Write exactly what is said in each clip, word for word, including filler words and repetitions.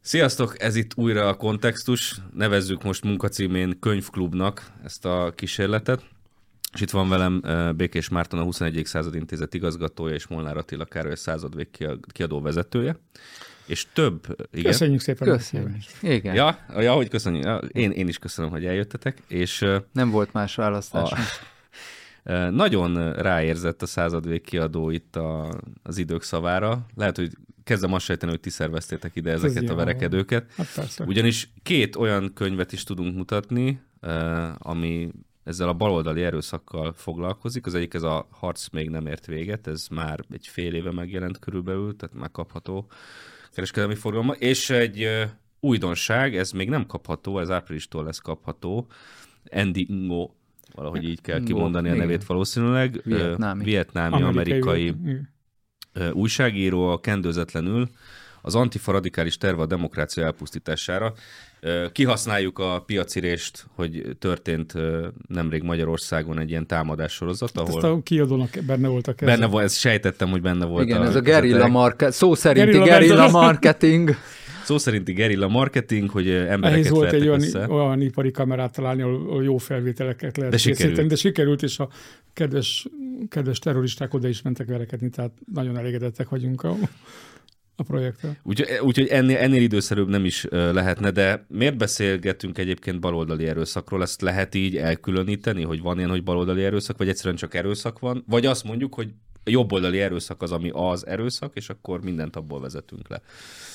Sziasztok, ez itt újra a Kontextus, nevezzük most munkacímén Könyvklubnak ezt a kísérletet. És itt van velem Békés Márton, a huszonegyedik század intézet igazgatója, és Molnár Attila Károly, a Századvég kiadó vezetője. És több... Igen? Köszönjük szépen. Köszönjük. Igen. Ja, ja, hogy köszönjük. Ja, én, én is köszönöm, hogy eljöttetek. És, nem volt más választás. A, nagyon ráérzett a Századvég kiadó itt a, az idők szavára. Lehet, hogy kezdem azt sejteni, hogy ti szerveztétek ide ezeket Ez a verekedőket. Hát Ugyanis két olyan könyvet is tudunk mutatni, ami ezzel a baloldali erőszakkal foglalkozik. Az egyik ez a Harc még nem ért véget, ez már egy fél éve megjelent körülbelül, tehát már kapható kereskedelmi forgalomban. És egy újdonság, ez még nem kapható, ez áprilistól lesz kapható, Andy Ngo, valahogy így kell kimondani a nevét valószínűleg. Vietnámi. Vietnámi, amerikai, amerikai újságíró, a Kendőzetlenül, az Antifa radikális terve a demokrácia elpusztítására. Kihasználjuk a piacirést, hogy történt nemrég Magyarországon egy ilyen támadássorozat, ahol... Ezt a kiadónak benne volt a keze. Benne volt, ezt sejtettem, hogy benne volt. Igen, a ez a gerilla marketing, szó szerinti gerilla marketing. Szó szerinti gerilla marketing, hogy embereket Ehhez volt egy olyan, össze. olyan ipari kamerát találni, ahol jó felvételeket lehet de készíteni, sikerült. de sikerült, és a kedves, kedves terroristák oda is mentek verekedni, tehát nagyon elégedettek vagyunk a, a projekttel. Úgyhogy úgy, ennél, ennél időszerűbb nem is lehetne, de miért beszélgetünk egyébként baloldali erőszakról? Ezt lehet így elkülöníteni, hogy van ilyen, hogy baloldali erőszak, vagy egyszerűen csak erőszak van? Vagy azt mondjuk, hogy a jobboldali erőszak az, ami az erőszak, és akkor mindent abból vezetünk le.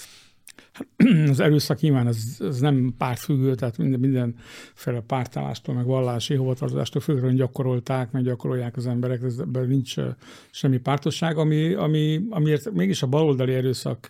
Az erőszak nyilván ez, ez nem pártfüggő, tehát minden, mindenféle pártállástól, meg vallási hovatartozástól függően gyakorolták, meg gyakorolják az emberek, ebben nincs semmi pártosság, ami, ami, amiért mégis a baloldali erőszak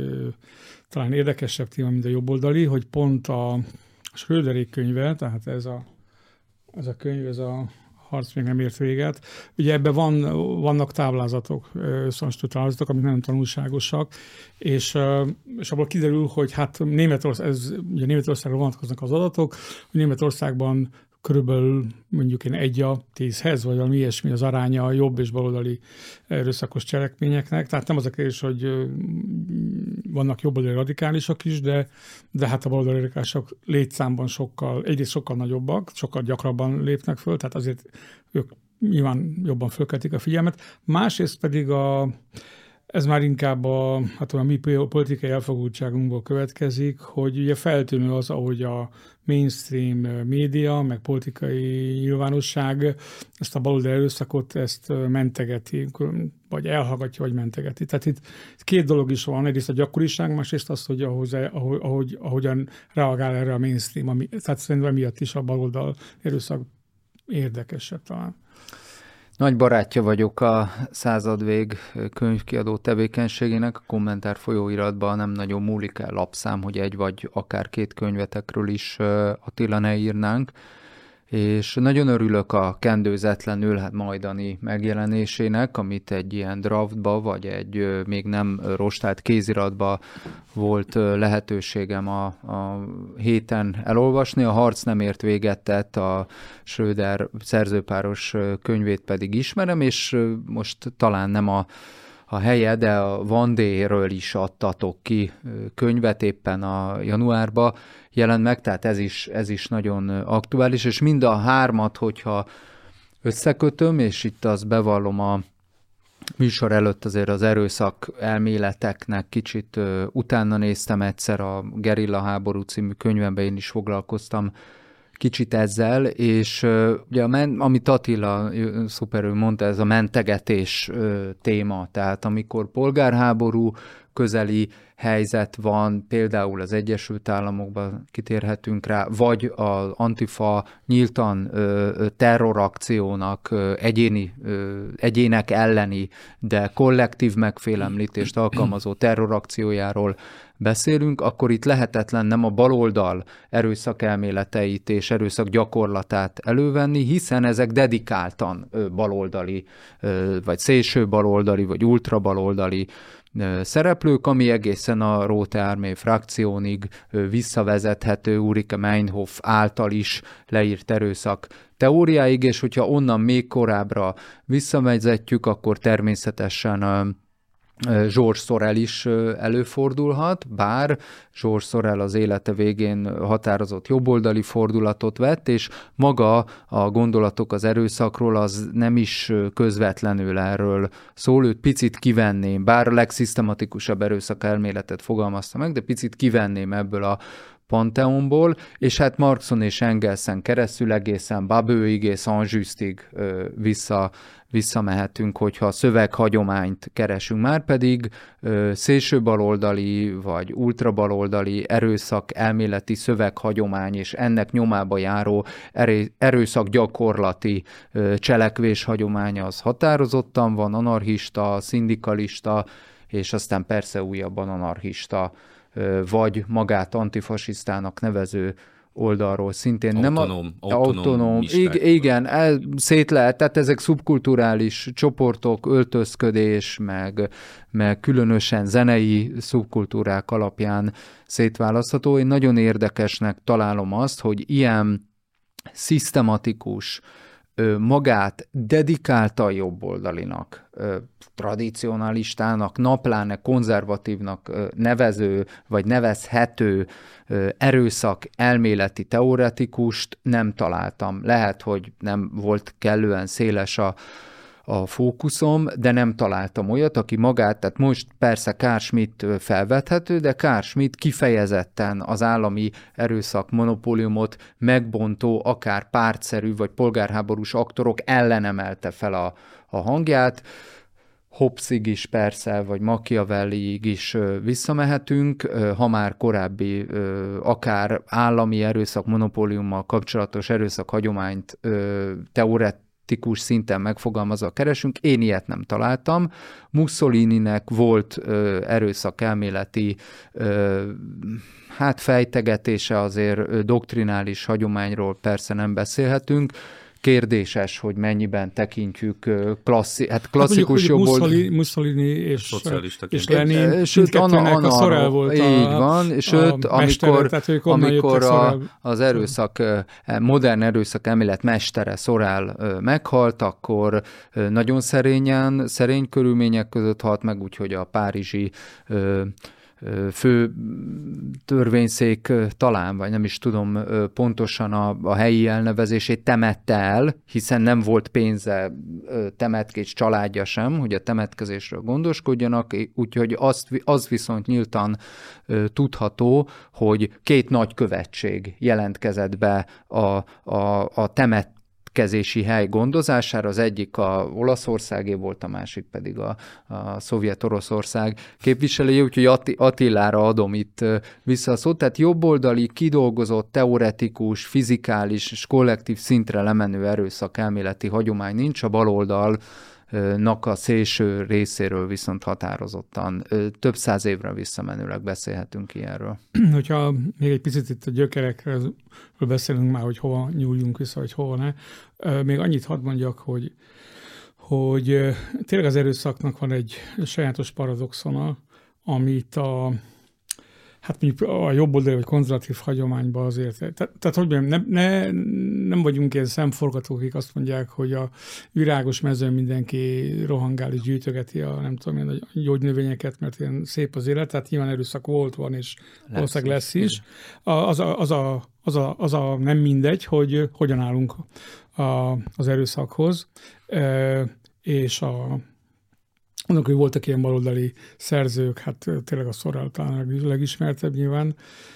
talán érdekesebb téma, mint a jobboldali, hogy pont a Schröderék könyve, tehát ez a, ez a könyv, ez a Harc még nem ért véget. Ugye ebben van, vannak táblázatok, összehasonlító táblázatok, amik nem tanulságosak, és, és abból kiderül, hogy hát Németország, ez, ugye Németországra vonatkoznak az adatok, hogy Németországban körülbelül mondjuk én egy a tízhez, vagy valami ilyesmi az aránya a jobb és baloldali erőszakos cselekményeknek. Tehát nem az a kérdés, hogy vannak jobboldali radikálisok is, de, de hát a baloldali radikálisok létszámban sokkal, egyrészt sokkal nagyobbak, sokkal gyakrabban lépnek föl, tehát azért ők nyilván jobban fölkeltik a figyelmet. Másrészt pedig a ez már inkább a, hát a mi politikai elfogultságunkból következik, hogy ugye feltűnő az, ahogy a mainstream média, meg politikai nyilvánosság ezt a baloldali erőszakot ezt mentegeti, vagy elhallgatja, vagy mentegeti. Tehát itt két dolog is van, egyrészt a gyakoriság, másrészt az, hogy ahogy, ahogy, ahogyan reagál erre a mainstream, ami, tehát szerintem miatt is a baloldal erőszak érdekesebb talán. Nagy barátja vagyok a Századvég könyvkiadó tevékenységének, a kommentár folyóiratban nem nagyon múlik el lapszám, hogy egy vagy akár két könyvetekről is Attila ne írnánk, és nagyon örülök a Kendőzetlenül hát majdani megjelenésének, amit egy ilyen draftba, vagy egy még nem rostált kéziratba volt lehetőségem a, a héten elolvasni. A Harc nem ért véget tett, a Schröder szerzőpáros könyvét pedig ismerem, és most talán nem a a helye, de a Vandéről is adtatok ki könyvet, éppen a januárban jelent meg, tehát ez is, ez is nagyon aktuális, és mind a hármat, hogyha összekötöm, és itt azt bevallom a műsor előtt azért az erőszak elméleteknek kicsit utána néztem egyszer, a Gerilla háború című könyvemben én is foglalkoztam kicsit ezzel, és uh, ugye, a men, amit Attila szuperül mondta, ez a mentegetés uh, téma, tehát amikor polgárháború közeli helyzet van, például az Egyesült Államokban kitérhetünk rá, vagy az Antifa nyíltan ö, terrorakciónak, ö, egyéni, ö, egyének elleni, de kollektív megfélemlítést alkalmazó terrorakciójáról beszélünk, akkor itt lehetetlen nem a baloldal erőszakelméleteit és erőszak gyakorlatát elővenni, hiszen ezek dedikáltan ö, baloldali, ö, vagy szélső baloldali, vagy ultrabaloldali szereplők, ami egészen a Rote Armee frakciónig visszavezethető Ulrike Meinhof által is leírt erőszak teóriáig, és hogyha onnan még korábbra visszavezetjük, akkor természetesen George Sorel is előfordulhat, bár George Sorel az élete végén határozott jobboldali fordulatot vett, és maga a gondolatok az erőszakról az nem is közvetlenül erről szól, őt picit kivenném, bár a legszisztematikusabb erőszak elméletet fogalmazta meg, de picit kivenném ebből a panteonból, és hát Marxon és Engelsen keresztül egészen Babőig és Saint-Justig vissza, visszamehetünk, hogyha a szöveghagyományt keresünk. Már pedig ö, szélsőbaloldali vagy ultrabaloldali erőszak elméleti szöveghagyomány és ennek nyomába járó erő, erőszak gyakorlati ö, cselekvés hagyománya az határozottan van, anarchista, szindikalista, és aztán persze újabban anarchista vagy magát antifasisztának nevező oldalról szintén. Autonóm, nem a, autonóm, autonóm ig- Igen, el, szét lehet, tehát ezek szubkulturális csoportok, öltözködés, meg, meg különösen zenei szubkultúrák alapján szétválasztható. Én nagyon érdekesnek találom azt, hogy ilyen szisztematikus, magát dedikáltan jobboldalinak, tradicionalistának, napláne konzervatívnak nevező, vagy nevezhető erőszak elméleti teoretikust nem találtam. Lehet, hogy nem volt kellően széles a, a fókuszom, de nem találtam olyat, aki magát, tehát most persze Carl Schmitt felvethető, de Carl Schmitt kifejezetten az állami erőszak monopóliumot megbontó, akár pártszerű vagy polgárháborús aktorok ellen emelte fel a, a hangját. Hobbesig is persze, vagy Machiavelliig is visszamehetünk, ha már korábbi, akár állami erőszak monopóliummal kapcsolatos erőszak hagyományt teoretikus szinten megfogalmazva keresünk. Én ilyet nem találtam. Mussolininek volt erőszak elméleti hát fejtegetése, azért doktrinális hagyományról persze nem beszélhetünk. Kérdéses, hogy mennyiben tekintjük klasszi, hát klasszikus hát jobboldali... Mussolini, Mussolini és, és Lenin, sőt, Anna, a Sorel volt így a, van, sőt, a mestere, amikor, tehát amikor a, az erőszak, modern erőszak elmélet mestere Sorel meghalt, akkor nagyon szerényen, szerény körülmények között halt meg, úgyhogy a párizsi fő törvényszék talán, vagy nem is tudom pontosan a, a helyi elnevezését temette el, hiszen nem volt pénze Temetkés családja sem, hogy a temetkezésről gondoskodjanak, úgyhogy azt, az viszont nyíltan tudható, hogy két nagykövetség jelentkezett be a, a, a temet kezési hely gondozására, az egyik a Olaszországé volt, a másik pedig a, a Szovjet-Oroszország képviselője, úgyhogy Atti, Attilára adom itt vissza a szót. Tehát jobboldali, kidolgozott, teoretikus, fizikális és kollektív szintre lemenő erőszak elméleti hagyomány nincs, a baloldal nak a szélső részéről viszont határozottan több száz évre visszamenőleg beszélhetünk ilyenről. Hogyha még egy picit itt a gyökerekről beszélünk már, hogy hova nyúljunk vissza, vagy hova ne, még annyit hadd mondjak, hogy, hogy tényleg az erőszaknak van egy sajátos paradoxona, amit a hát mondjuk a jobboldali vagy konzervatív hagyományban azért, tehát, tehát hogy mondjam, nem, ne, nem vagyunk ilyen szemforgatók, akik azt mondják, hogy a virágos mezőn mindenki rohangál és gyűjtögeti a nem tudom én, a gyógynövényeket, mert ilyen szép az élet, tehát nyilván erőszak volt, van és valószínűleg lesz is. A, az, a, az, a, az, a, az a nem mindegy, hogy hogyan állunk a, az erőszakhoz, e, és a Annak, hogy voltak ilyen baloldali szerzők, hát tényleg a Sorel talán a legismertebb nyilván,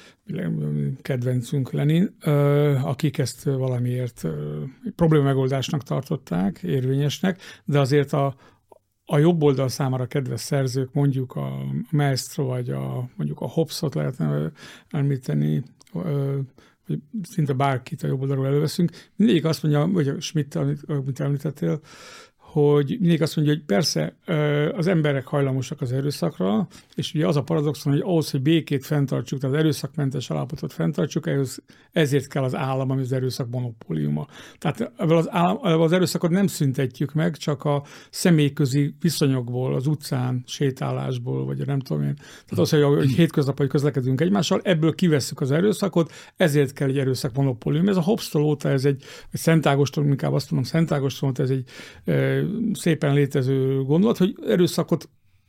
kedvencünk Lenin, akik ezt valamiért probléma megoldásnak tartották, érvényesnek, de azért a, a jobb oldal számára kedves szerzők, mondjuk a Maestro, vagy a, mondjuk a Hobbesot lehetne említeni, vagy szinte bárkit a jobb oldalról előveszünk, mindig azt mondja, vagy a Schmitt, amit említettél, hogy mindig azt mondja, hogy persze az emberek hajlamosak az erőszakra, és ugye az a paradoxon, hogy ahhoz, hogy békét fenntartsuk, tehát az erőszakmentes állapotot fenntartsuk, ehhez, ezért kell az állam, ami az erőszak monopóliuma. Tehát az, állam, az erőszakot nem szüntetjük meg, csak a személyközi viszonyokból, az utcán, sétálásból, vagy nem tudom én. Tehát az, hogy, hogy hétköznapai közlekedünk egymással, ebből kivesszük az erőszakot, ezért kell egy erőszak monopólium. Ez a Hobbes-tól óta, ez egy, vagy Szent Ágoston, inkább azt mondom, Szent Ágoston óta ez egy szépen létező gondolat, hogy erőszakot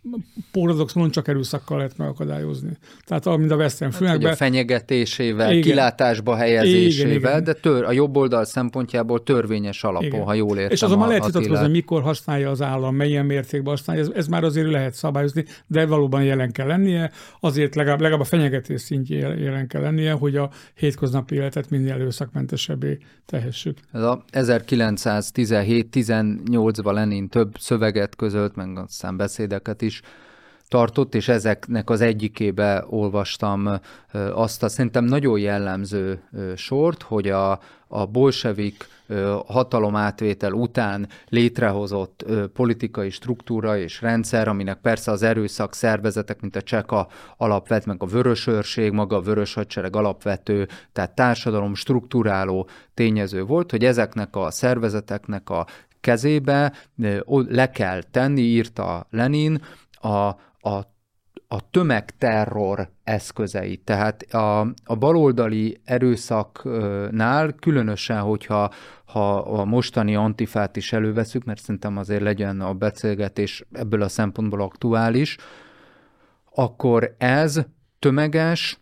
paradox módon csak erőszakkal lehet megakadályozni. Tehát mind a western hát, filmekben. A fenyegetésével, igen, kilátásba helyezésével, igen, igen. de tör, a jobb oldal szempontjából törvényes alapon, igen. ha jól értem. És azonban lehet vitatkozni, hogy mikor használja az állam, milyen mértékben használja, ez, ez már azért lehet szabályozni, de valóban jelen kell lennie, azért legalább, legalább a fenyegetés szintjén jelen kell lennie, hogy a hétköznapi életet minél erőszakmentesebbé tehessük. Ez a ezerkilencszáztizenhét tizennyolcban Lenin több szöveget közölt, meg aztán beszédeket is tartott, és ezeknek az egyikébe olvastam azt a szerintem nagyon jellemző sort, hogy a, a bolsevik hatalomátvétel után létrehozott politikai struktúra és rendszer, aminek persze az erőszak szervezetek, mint a Cseka alapvet, meg a vörösőrség, maga a vörös hadsereg alapvető, tehát társadalom struktúráló tényező volt, hogy ezeknek a szervezeteknek a kezébe le kell tenni, írta Lenin, a A, a tömegterror eszközeit. Tehát a, a baloldali erőszaknál, különösen, hogyha ha a mostani antifát is előveszük, mert szerintem azért legyen a beszélgetés ebből a szempontból aktuális, akkor ez tömeges,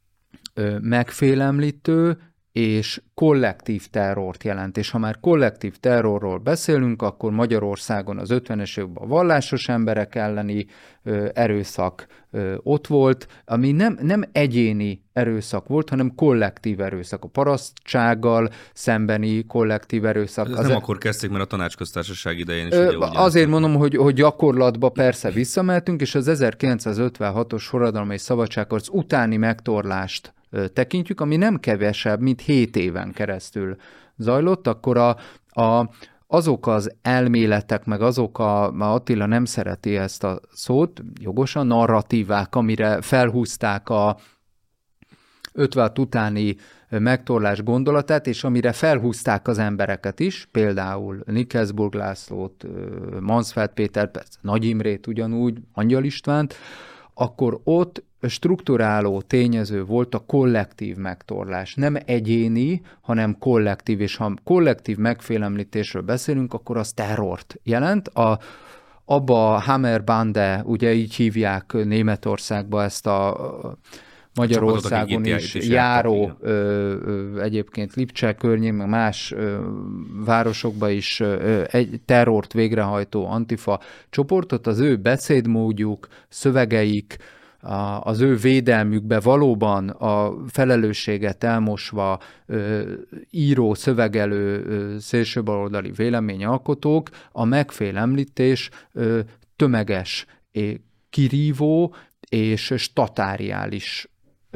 megfélemlítő és kollektív terrort jelent. És ha már kollektív terrorról beszélünk, akkor Magyarországon az ötvenes években a vallásos emberek elleni ö, erőszak ö, ott volt, ami nem, nem egyéni erőszak volt, hanem kollektív erőszak. A parasztsággal szembeni kollektív erőszak. Ez az nem e... akkor kezdték, mert a tanácsköztársaság idején is ö, ugye Azért jelent. mondom, hogy, hogy gyakorlatban persze visszamehetünk, és az ezerkilencszázötvenhatos forradalom és szabadságharc utáni megtorlást tekintjük, ami nem kevesebb, mint hét éven keresztül zajlott, akkor a, a, azok az elméletek, meg azok a, Attila nem szereti ezt a szót, jogosan, narratívák, amire felhúzták a ötvenhat utáni megtorlás gondolatát, és amire felhúzták az embereket is, például Nikolsburg Lászlót, Mansfeld Péter, persze Nagy Imrét ugyanúgy, Angyal Istvánt, akkor ott strukturáló tényező volt a kollektív megtorlás. Nem egyéni, hanem kollektív, és ha kollektív megfélemlítésről beszélünk, akkor az terrort jelent. A, abba a Hammerbande, ugye így hívják Németországba ezt a Magyarországon is, is járó, ö, ö, egyébként Lipcse környék, meg más ö, városokban is ö, egy terrort végrehajtó antifa csoportot, az ő beszédmódjuk, szövegeik, a, az ő védelmükbe valóban a felelősséget elmosva ö, író, szövegelő ö, szélsőbaloldali véleményalkotók, a megfélemlítés ö, tömeges, é, kirívó és statáriális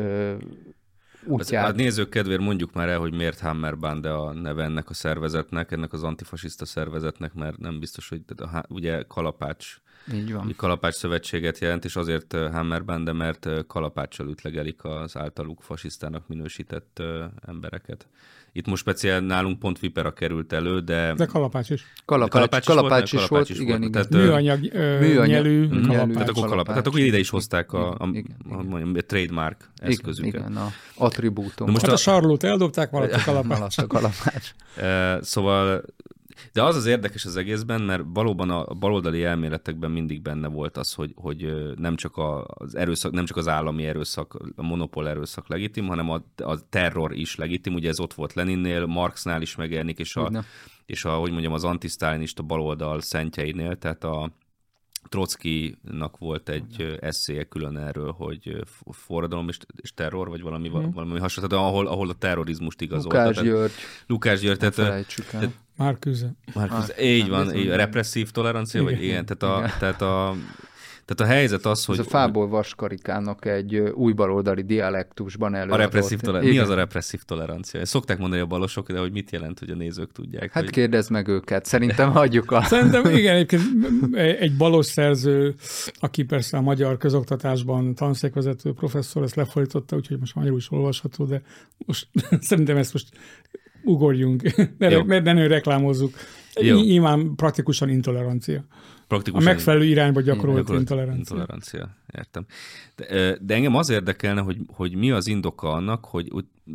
útját. A nézők kedvéért mondjuk már el, hogy miért Hammerbande a neve ennek a szervezetnek, ennek az antifasiszta szervezetnek, mert nem biztos, hogy a, ugye kalapács, így van. kalapács szövetséget jelent, és azért Hammerbande, mert kalapáccsal ütlegelik az általuk fasisztának minősített embereket. Itt most speciál nálunk pont Vipera került elő, de... De kalapács is. Kalapács, kalapács, kalapács is, volt, is volt, igen, igen. Tehát, műanyag, műanyag nyelű, nyelű kalapács. Tehát akkor kalapács. Tehát akkor ide is hozták a, a, igen, a, a, a, a trademark eszközüket. Igen, igen, a attribútum. Most hát a, a sarlót eldobták, valahogy a kalapács. a kalapács. Szóval... De az az érdekes az egészben, mert valóban a baloldali elméletekben mindig benne volt az, hogy, hogy nem, csak az erőszak, nem csak az állami erőszak, a monopól erőszak legitim, hanem a, a terror is legitim. Ugye ez ott volt Leninnél, Marxnál is megjelenik, és, a, és a, hogy mondjam, az antisztálinista baloldal szentjeinél, tehát a Trockinak volt egy eszéje külön erről, hogy forradalom és, és terror, vagy valami, hmm. valami hasonló, ahol, ahol a terrorizmust igazolta. Lukás György. Lukás György. Tehát, Márküze. Márküze. Így van, így, represszív tolerancia, igen. Vagy igen, tehát a, igen. Tehát a Tehát a helyzet az, hogy... Ez a Fából Vaskarikának egy új baloldali dialektusban előadott. A represszív tolerancia. Mi az a represszív tolerancia? Szokták mondani a balosok, de hogy mit jelent, hogy a nézők tudják. Hát hogy... kérdezd meg őket. Szerintem hagyjuk a... Szerintem igen, egyébként egy balos szerző, aki persze a magyar közoktatásban tanszékvezető professzor, ezt lefordította, úgyhogy most magyarul is olvasható, de most szerintem ezt most ugorjunk, mert ne, ne reklámozzuk. Nyilván praktikusan intolerancia. A megfelelő irányba gyakorolt intolerancia. intolerancia. Értem. De, de engem az érdekelne, hogy, hogy mi az indoka annak, hogy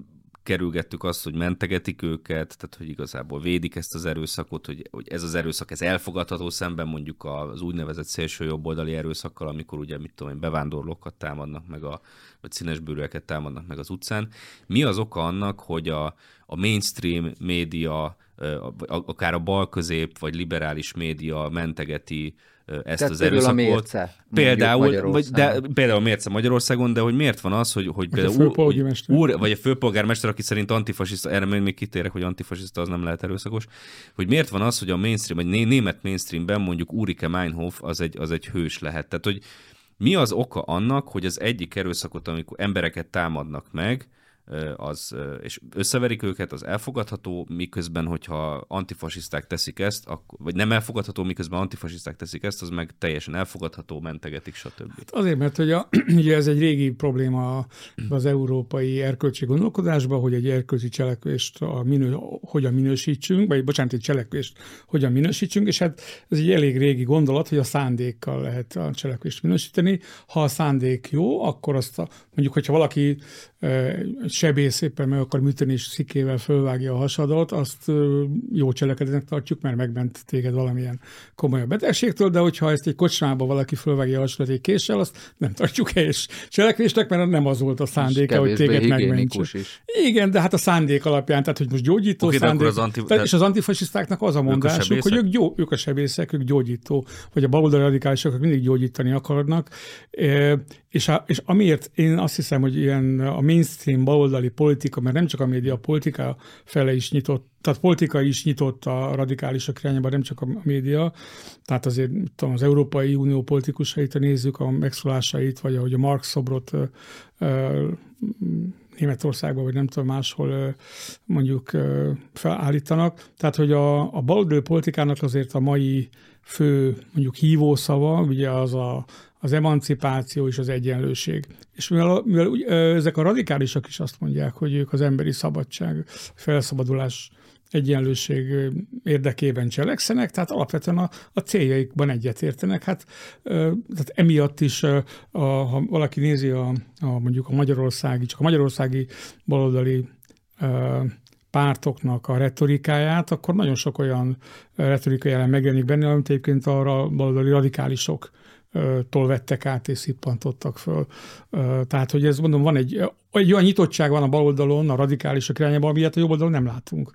kerülgettük azt, hogy mentegetik őket, tehát hogy igazából védik ezt az erőszakot, hogy, hogy ez az erőszak, ez elfogadható szemben mondjuk az úgynevezett szélső jobboldali erőszakkal, amikor ugye, mit tudom én, bevándorlókat támadnak meg, a, vagy színesbőrűeket támadnak meg az utcán. Mi az oka annak, hogy a, a mainstream média, akár a balközép vagy liberális média mentegeti ezt tehát az erőszakot. A mérce, például, vagy, de, például a mérce Magyarországon, de hogy miért van az, hogy, hogy például a úr, úr, vagy a főpolgármester, aki szerint antifasiszta, erre még kitérek, hogy antifasiszta az nem lehet erőszakos, hogy miért van az, hogy a mainstream, vagy német mainstreamben mondjuk Ulrike Meinhof az egy, az egy hős lehet. Tehát, hogy mi az oka annak, hogy az egyik erőszakot, amikor embereket támadnak meg, az, és összeverik őket, az elfogadható, miközben, hogyha antifasiszták teszik ezt, akkor, vagy nem elfogadható, miközben antifasiszták teszik ezt, az meg teljesen elfogadható, mentegetik, stb. Hát azért, mert hogy a, ugye ez egy régi probléma az európai erkölcsi gondolkodásban, hogy egy erkölcsi cselekvést a minő, hogyan minősítsünk, vagy bocsánat, egy cselekvést hogyan minősítsünk, és hát ez egy elég régi gondolat, hogy a szándékkal lehet a cselekvést minősíteni. Ha a szándék jó, akkor azt a, mondjuk, hogyha valaki sebész éppen meg akar műteni, és szikével fölvágja a hasadat, azt jó cselekedetnek tartjuk, mert megment téged valamilyen komolyabb betegségtől, de hogyha ezt egy kocsmába valaki fölvágja a hasadat egy késsel, azt nem tartjuk helyes cselekvésnek, mert nem az volt a szándéka, hogy téged megmentsen. Igen, de hát a szándék alapján, tehát hogy most gyógyító okay, szándék, az anti... tehát, és az antifasisztáknak az a mondásuk, hogy ők, gyó, ők a sebészek, ők gyógyító, vagy a baloldali radikálisok mindig gyógyítani akarnak, és, a, és amiért én azt hiszem, hogy ilyen a mainstream baloldali politika, mert nem csak a média, a politika fele is nyitott, tehát politika is nyitott a radikálisok irányába, nem csak a média. Tehát azért tudom, az Európai Unió politikusait nézzük, a megszólásait, vagy ahogy a Marx szobrot ö, ö, Németországban, vagy nem tudom, máshol mondjuk ö, felállítanak. Tehát, hogy a, a baloldali politikának azért a mai fő mondjuk hívószava, ugye az a az emancipáció és az egyenlőség. És mivel, mivel ezek a radikálisok is azt mondják, hogy ők az emberi szabadság, felszabadulás, egyenlőség érdekében cselekszenek, tehát alapvetően a, a céljaikban egyetértenek. Hát tehát emiatt is, a, ha valaki nézi a, a, mondjuk a magyarországi, csak a magyarországi baloldali a, pártoknak a retorikáját, akkor nagyon sok olyan retorika jelen megjelenik benne, amit egyébként a baloldali radikálisok tól vettek át és szippantottak föl. Tehát, hogy ez mondom, van egy, egy olyan nyitottság van a baloldalon, a radikálisok irányában, amilyet a jobb oldalon nem látunk.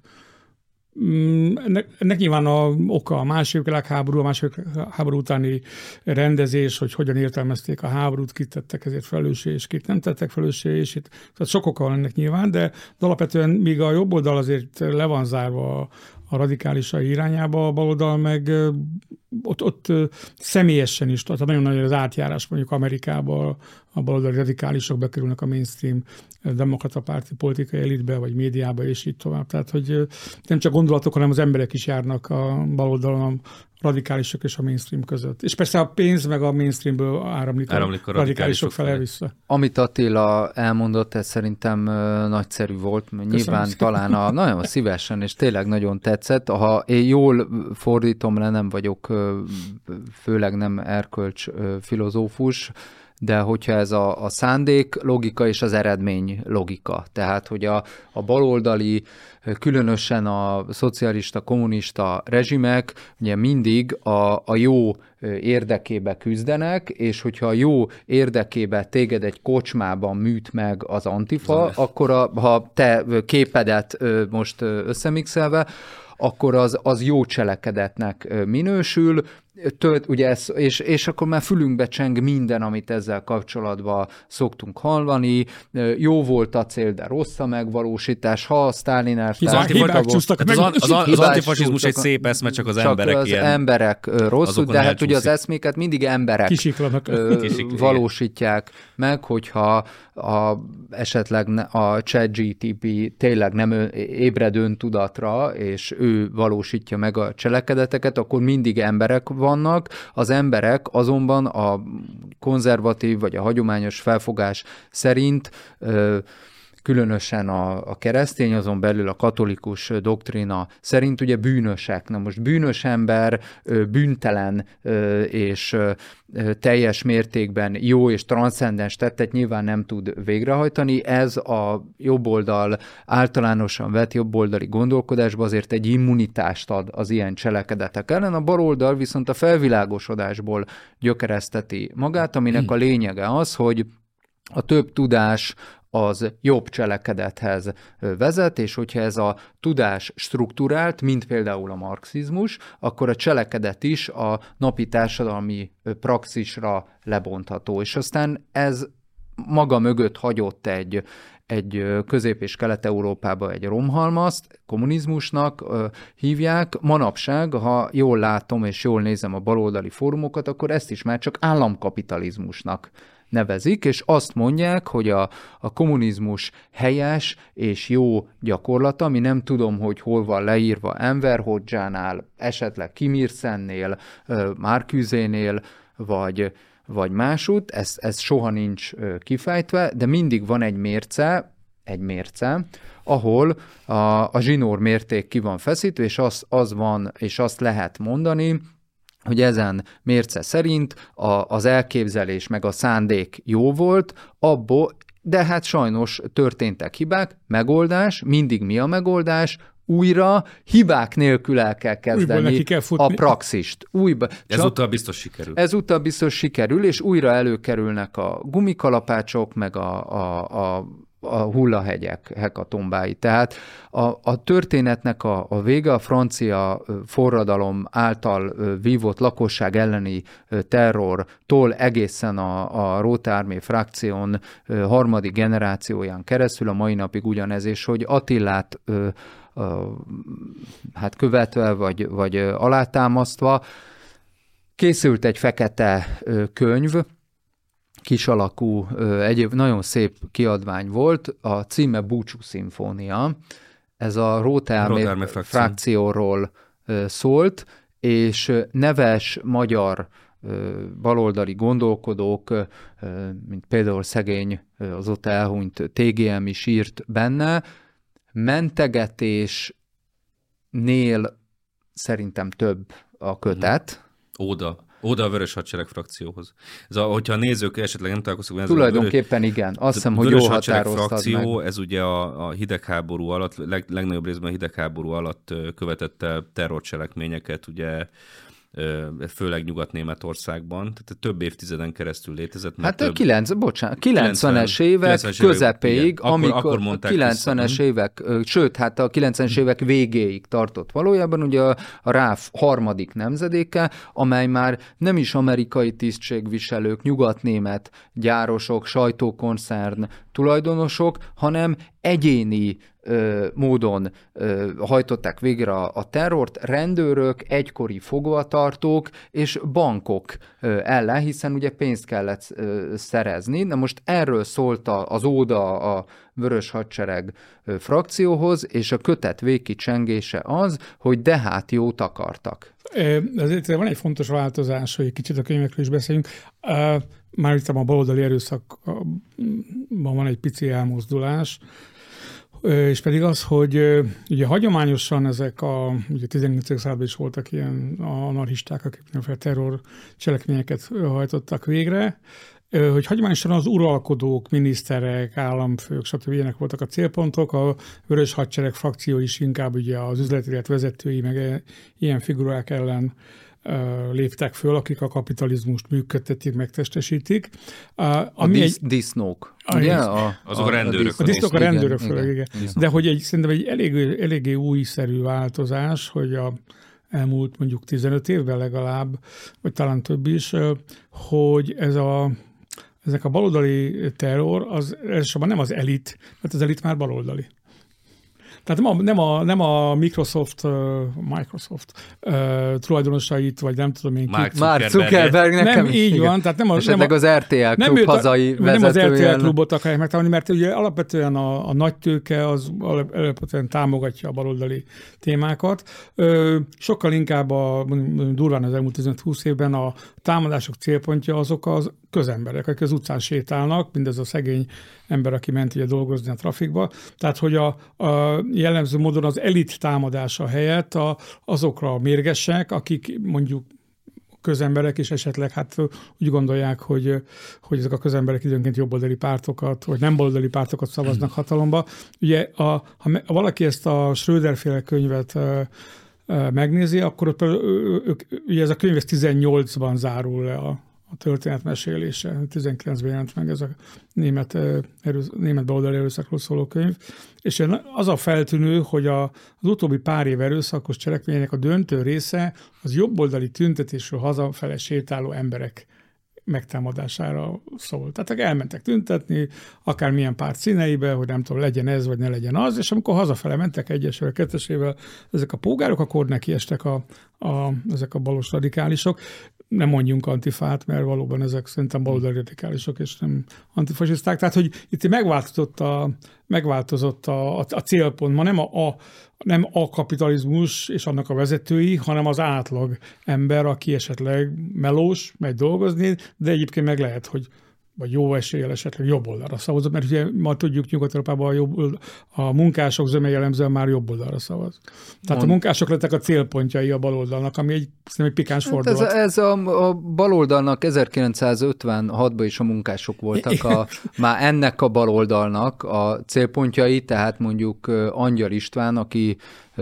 Ennek, ennek nyilván a oka a második világháború, a második háború utáni rendezés, hogy hogyan értelmezték a háborút, kit tettek ezért felelőssé, és kit nem tettek felelőssé, és itt, tehát sok oka van ennek nyilván, de, de alapvetően még a jobb oldal azért le van zárva a, a radikálisai irányába, a baloldal meg ott, ott személyesen is, tehát nagyon nagy az átjárás, mondjuk Amerikában a baloldali radikálisok bekerülnek a mainstream demokrata párti politikai elitbe, vagy médiába, és így tovább. Tehát, hogy nem csak gondolatok, hanem az emberek is járnak a baloldalon, a radikálisok és a mainstream között. És persze a pénz meg a mainstreamből áramlik, áramlik a, a radikálisok fele vissza. Amit Attila elmondott, ez szerintem nagyszerű volt. Köszönöm Nyilván szépen. Talán a, nagyon szívesen, és tényleg nagyon tetszett. Ha én jól fordítom le, nem vagyok főleg nem erkölcs filozófus, de hogyha ez a, a szándék logika és az eredmény logika. Tehát, hogy a, a baloldali, különösen a szocialista, kommunista rezsimek ugye mindig a, a jó érdekébe küzdenek, és hogyha a jó érdekébe téged egy kocsmában műt meg az antifa, Zaj. akkor a, ha te képedet most összemixelve, akkor az, az jó cselekedetnek minősül, Tölt, ugye ez, és, és akkor már fülünkbe cseng minden, amit ezzel kapcsolatban szoktunk hallani. Jó volt a cél, de rossz a megvalósítás. Ha a Sztálin elvtárs... Az, az, az antifasizmus egy szép eszme, csak az csak emberek az ilyen... emberek rosszul, de hát ugye az eszméket mindig emberek ö, valósítják meg, hogyha a, esetleg a ChatGPT tényleg nem ébred öntudatra, és ő valósítja meg a cselekedeteket, akkor mindig emberek vannak, az emberek azonban a konzervatív vagy a hagyományos felfogás szerint ö, különösen a, a keresztény, azon belül a katolikus doktrina szerint ugye bűnösek. Na most bűnös ember, bűntelen és teljes mértékben jó és transzcendens tettet nyilván nem tud végrehajtani. Ez a jobboldal általánosan vett jobboldali gondolkodásban azért egy immunitást ad az ilyen cselekedetek ellen. A baloldal viszont a felvilágosodásból gyökereszteti magát, aminek a lényege az, hogy a több tudás az jobb cselekedethez vezet, és hogyha ez a tudás strukturált, mint például a marxizmus, akkor a cselekedet is a napi társadalmi praxisra lebontható. És aztán ez maga mögött hagyott egy, egy Közép- és Kelet-Európába egy romhalmazt, kommunizmusnak hívják. Manapság, ha jól látom és jól nézem a baloldali fórumokat, akkor ezt is már csak államkapitalizmusnak nevezik, és azt mondják, hogy a, a kommunizmus helyes és jó gyakorlata, ami nem tudom, hogy hol van leírva Enver Hodzsánál, esetleg Kim Il-sennél, Marcuse-nél, vagy, vagy másút, ez, ez soha nincs kifejtve, de mindig van egy mérce, egy mérce, ahol a, a zsinór mérték ki van feszítve, és az, az van, és azt lehet mondani, hogy ezen mérce szerint a, az elképzelés meg a szándék jó volt, abból, de hát sajnos történtek hibák, megoldás, mindig mi a megoldás? Újra hibák nélkül el kell kezdeni kell a praxist. Újba, ezúttal biztos sikerül. Ezúttal biztos sikerül, és újra előkerülnek a gumikalapácsok, meg a, a, a a hullahegyek hekatombái. Tehát a, a történetnek a, a vége, a francia forradalom által vívott lakosság elleni terrortól egészen a, a Rote Armee frakción harmadik generációján keresztül a mai napig ugyanez, és hogy Attilát ö, ö, hát követve, vagy, vagy alátámasztva készült egy fekete ö, könyv, kis alakú, egyéb nagyon szép kiadvány volt, a címe Búcsú szimfónia. Ez a Rote Armee frakcióról szólt, és neves magyar baloldali gondolkodók, mint például szegény, az ott elhunyt té gé em is írt benne, mentegetésnél szerintem több a kötet. Óda. Oda a Vörös Hadsereg frakcióhoz. Ez a, hogyha a nézők esetleg nem találkoznak, tulajdonképpen vörös, igen. Azt hiszem, hogy jól határoztad frakció, meg. Ez ugye a, a hidegháború alatt, leg, legnagyobb részben a hidegháború alatt követett el terrorcselekményeket, ugye főleg Nyugat-Németországban, tehát több évtizeden keresztül létezett. Hát több... kilenc, bocsánat, kilencvenes évek kilencvenes közepéig, igen, amikor akkor, akkor a kilencvenes vissza. évek, sőt, hát a kilencvenes évek végéig tartott valójában, ugye a, a ráf harmadik nemzedéke, amely már nem is amerikai tisztségviselők, nyugatnémet gyárosok, sajtókoncern tulajdonosok, hanem egyéni ö, módon ö, hajtották végre a, a terrort, rendőrök, egykori fogvatartók és bankok ö, ellen, hiszen ugye pénzt kellett ö, szerezni. Na most erről szólt az óda a Vörös Hadsereg ö, frakcióhoz, és a kötet végkicsengése az, hogy de hát jót akartak. Ezért van egy fontos változás, hogy kicsit a könyvekről is beszéljünk. Már itt a baloldali erőszakban van egy pici elmozdulás, és pedig az, hogy ugye hagyományosan ezek a, ugye tizennyolcadik században is voltak ilyen anarchisták, akik mindenféle terror cselekményeket hajtottak végre, hogy hagyományosan az uralkodók, miniszterek, államfők, stb. Ilyenek voltak a célpontok, a Vörös Hadsereg frakció is inkább ugye az üzleti élet vezetői, meg ilyen figurák ellen léptek föl, akik a kapitalizmust működtetik, megtestesítik. A, a disz, egy, disznók. Ugye? A, azok a, a rendőrök. A disznók a rendőrök föl, igen. igen. De hogy egy, szerintem egy elég, eléggé újszerű változás, hogy a elmúlt mondjuk tizenöt évben legalább, vagy talán több is, hogy ez a, ezek a baloldali terror, az elsősorban nem az elit, mert az elit már baloldali. Tehát nem a, nem a, nem a Microsoft, uh, Microsoft uh, tulajdonosait, vagy nem tudom én ki. Mark Zuckerberg. Zuckerberg nekem nem így van. Tehát nem a, esetleg nem a, az er té el klub hazai vezetője. Nem az er té el klubot akarják megtámadni, mert ugye alapvetően a, a nagy tőke az alapvetően támogatja a baloldali témákat. Ö, sokkal inkább a, durván az elmúlt tizenöt-húsz évben a támadások célpontja azok az közemberek, akik az utcán sétálnak, mindez a szegény ember, aki ment ugye dolgozni a trafikba. Tehát, hogy a, a jellemző módon az elit támadása helyett a, azokra a mérgesek, akik mondjuk közemberek, és esetleg hát úgy gondolják, hogy, hogy ezek a közemberek időnként jobboldali pártokat, vagy nem baloldali pártokat szavaznak hatalomba. Ugye, a, ha valaki ezt a Schröder-féle könyvet megnézi, akkor ott, ők, ugye ez a könyv tizennyolcban zárul le a, a történetmesélése. tizenkilencben jelent meg ez a német, erősz, német baloldali erőszakról szóló könyv. És az a feltűnő, hogy a, az utóbbi pár év erőszakos cselekményének a döntő része az jobboldali tüntetésről hazafele sétáló emberek megtámadására szól. Tehát elmentek tüntetni, akármilyen párt színeibe, hogy nem tudom, legyen ez, vagy ne legyen az, és amikor hazafele mentek egyesével, kettesével ezek a pógárok, akkor nekiestek a, a, ezek a balos radikálisok. Nem mondjunk antifát, mert valóban ezek szerintem baloldali radikálisok, és nem antifasiszták. Tehát, hogy itt megváltozott a, megváltozott a, a, a célpont. Ma nem a, a, nem a kapitalizmus és annak a vezetői, hanem az átlag ember, aki esetleg melós, megy dolgozni, de egyébként meg lehet, hogy vagy jó eséllyel esetleg jobb oldalra szavazott, mert ugye ma tudjuk Nyugat-Európában a, jobb, a munkások zöme jellemzően már jobb oldalra szavaz. Tehát Mond. a munkások lettek a célpontjai a baloldalnak, ami egy, egy pikáns hát fordulat. Ez, ez a, a baloldalnak ezerkilencszázötvenhatban is a munkások voltak a, már ennek a baloldalnak a célpontjai, tehát mondjuk Angyal István, aki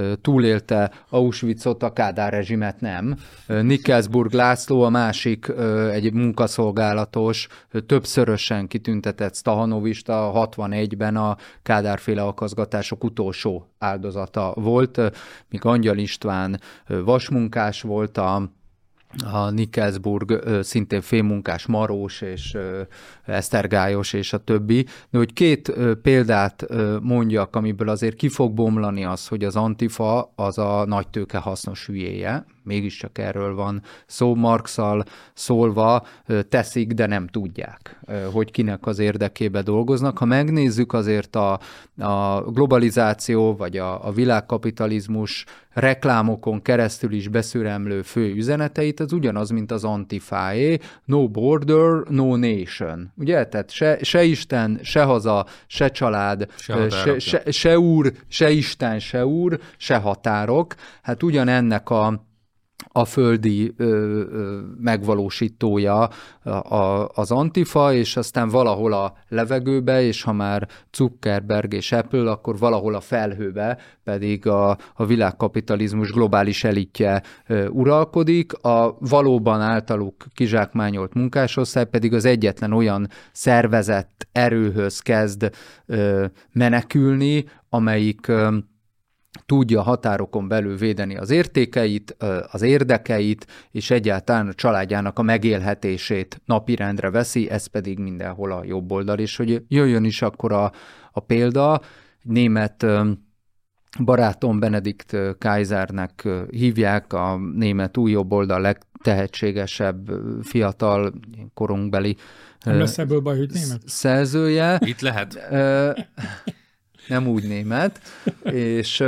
túlélte Auschwitzot, a Kádár rezsimet nem. Nickelsburg László, a másik egy munkaszolgálatos, többszörösen kitüntetett stahanovista, hatvanegyben a Kádár-féle akaszgatások utolsó áldozata volt, míg Angyal István vasmunkás volt, a a Nickelsburg szintén fémmunkás Marós és Esztergályos és a többi. De hogy két példát mondjak, amiből azért ki fog bomlani az, hogy az Antifa az a nagytőke hasznos hülyéje. Mégiscsak erről van szó, Marxal szólva teszik, de nem tudják, hogy kinek az érdekébe dolgoznak. Ha megnézzük azért a, a globalizáció vagy a, a világkapitalizmus reklámokon keresztül is beszüremlő fő üzeneteit, az ugyanaz, mint az Antifáé, no border, no nation. Ugye? Tehát se, se Isten, se haza, se család, se, se, se, se úr, se Isten, se úr, se határok. Hát ugyanennek a a földi ö, ö, megvalósítója a, a, az Antifa, és aztán valahol a levegőbe, és ha már Zuckerberg és Apple, akkor valahol a felhőbe pedig a, a világkapitalizmus globális elitje ö, uralkodik, a valóban általuk kizsákmányolt munkásosztály pedig az egyetlen olyan szervezett erőhöz kezd ö, menekülni, amelyik ö, tudja határokon belül védeni az értékeit, az érdekeit, és egyáltalán a családjának a megélhetését napirendre veszi, ez pedig mindenhol a jobb oldal. És hogy jöjjön is akkor a, a példa, német barátom Benedikt Kaisernek hívják, a német új jobb oldal legtehetségesebb fiatal korunkbeli nem lesz ebből baj, hogy német? Szerzője. Itt lehet. Nem úgy német, és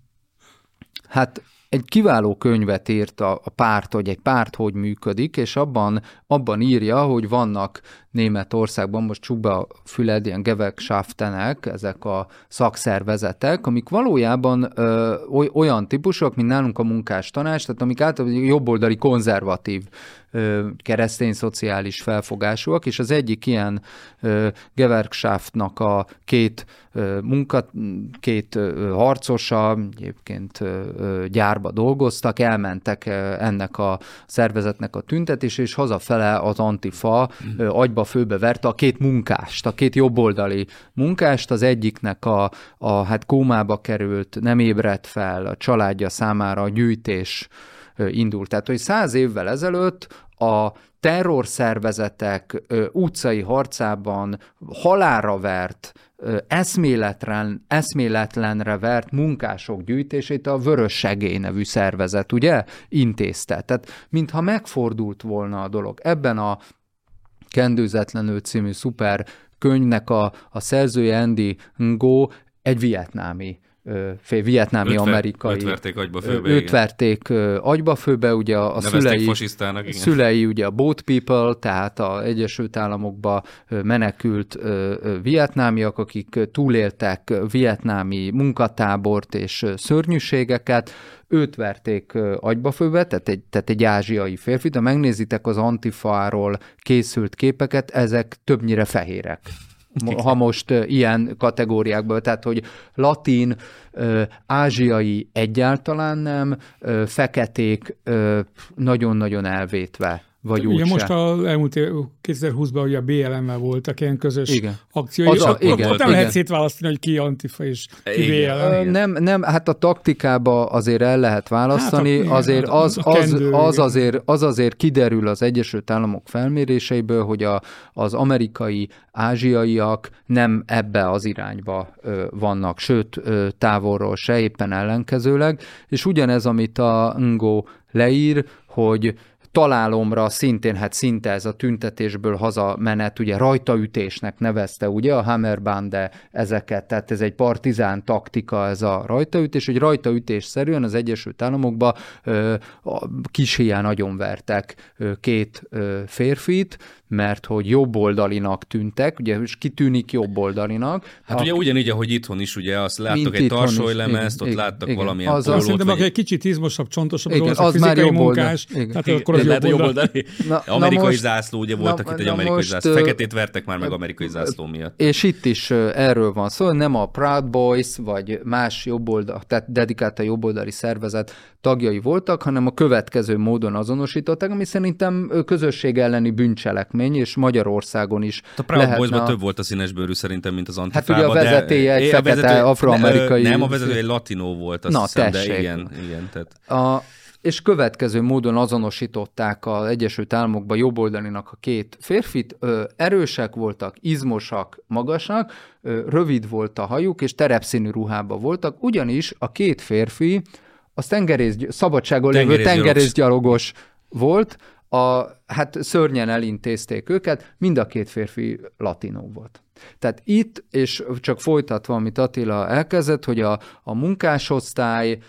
hát egy kiváló könyvet írt a, a párt, hogy egy párt hogy működik, és abban, abban írja, hogy vannak Németországban, most csukd be a füled, ilyen Gewerkschaftenek, ezek a szakszervezetek, amik valójában ö, olyan típusok, mint nálunk a munkástanács, tehát amik általában jobboldali konzervatív ö, keresztény szociális felfogásúak, és az egyik ilyen ö, Gewerkschaftnak a két ö, munka, két ö, harcosa, egyébként ö, gyárba dolgoztak, elmentek ö, ennek a szervezetnek a tüntetés, és hazafele az Antifa ö, agyba főbe verte a két munkást, a két jobboldali munkást, az egyiknek a, a hát kómába került, nem ébredt fel, a családja számára a gyűjtés indult. Tehát, hogy száz évvel ezelőtt a terrorszervezetek utcai harcában halálra vert, eszméletlen, eszméletlenre vert munkások gyűjtését a Vörös Segély nevű szervezet, ugye, intézte. Tehát, mintha megfordult volna a dolog. Ebben a Kendőzetlenül című szuper könyvnek a, a szerzője Andy Ngo egy vietnámi fél vietnámi öt, amerikai. Öt verték agyba főbe, Őt verték agyba főbe, ugye a, a szülei, szülei ugye a boat people, tehát az Egyesült Államokba menekült vietnámiak, akik túléltek vietnámi munkatábort és szörnyűségeket, őt verték agyba főbe, tehát egy, tehát egy ázsiai férfi, de megnézitek az Antifáról készült képeket, ezek többnyire fehérek. Ha most uh, ilyen kategóriákból, tehát hogy latin, uh, ázsiai egyáltalán nem, uh, feketék uh, nagyon-nagyon elvétve. Vagy ugye úgy most se. az elmúlt kétezer-húszban ugye a bé el em-mel voltak ilyen közös igen. akciói, és a, akkor igen, nem igen. lehet szétválasztani, hogy ki Antifa és ki bé el em. Nem, nem, hát a taktikába azért el lehet választani, hát a, azért igen, az, a az, kendő, az, azért, az azért kiderül az Egyesült Államok felméréseiből, hogy a, az amerikai ázsiaiak nem ebbe az irányba ö, vannak, sőt ö, távolról se, éppen ellenkezőleg, és ugyanez, amit a Ngo leír, hogy találomra szintén, hát szinte ez a tüntetésből hazamenet, ugye rajtaütésnek nevezte, ugye a Hammerbande ezeket, tehát ez egy partizán taktika ez a rajtaütés, hogy rajtaütésszerűen az Egyesült Államokban ö, kis híján agyonvertek ö, két ö, férfit, mert hogy jobboldalinak tűntek, ugye, és kitűnik jobboldalinak. Hát a... ugye ugyanígy, ahogy itthon is, ugye, azt láttok egy tarsólemezt, ott igen, láttak igen, valamilyen az pólót. Szerintem, vagy... egy kicsit izmosabb, csontosabb, igen, az, az fizikai munkás, igen. tehát akkor az lehet, jobboldali. Na, amerikai most, zászló, ugye voltak na, itt egy na amerikai most, zászló. Feketét vertek már meg amerikai zászló miatt. És itt is erről van szó, nem a Proud Boys, vagy más jobboldal, tehát dedikált a jobboldali szervezet tagjai voltak, hanem a következő módon azonosították, ami szerintem közösség elleni bűncselekmény, és Magyarországon is a Proud lehetne... Boysban több volt a színesbőrű szerintem, mint az Antifában. Hát ugye a vezetője egy fekete vezető, afroamerikai... Nem, a vezető egy latinó volt, azt Na, hiszem, tessék. de igen. igen tehát... A, és következő módon azonosították az Egyesült Államokban jobboldalinak a két férfit, ö, erősek voltak, izmosak, magasak, ö, rövid volt a hajuk, és terepszínű ruhában voltak, ugyanis a két férfi az tengerész, szabadságon lévő tengerészgyalogos volt, a, hát szörnyen elintézték őket, mind a két férfi latinó volt. Tehát itt, és csak folytatva, amit Attila elkezdett, hogy a, a munkásosztály,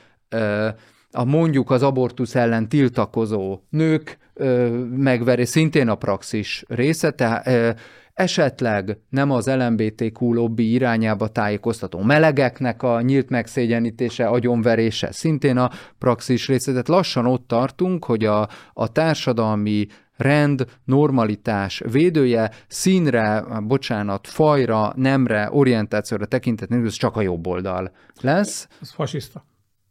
a mondjuk az abortusz ellen tiltakozó nők megverés, szintén a praxis része, tehát esetleg nem az el em bé té kú lobby irányába tájékoztató melegeknek a nyílt megszégyenítése, agyonverése, szintén a praxis része. Tehát lassan ott tartunk, hogy a, a társadalmi rend, normalitás védője színre, bocsánat, fajra, nemre, orientációra tekintetni, ez csak a jobb oldal lesz. Ez fasiszta.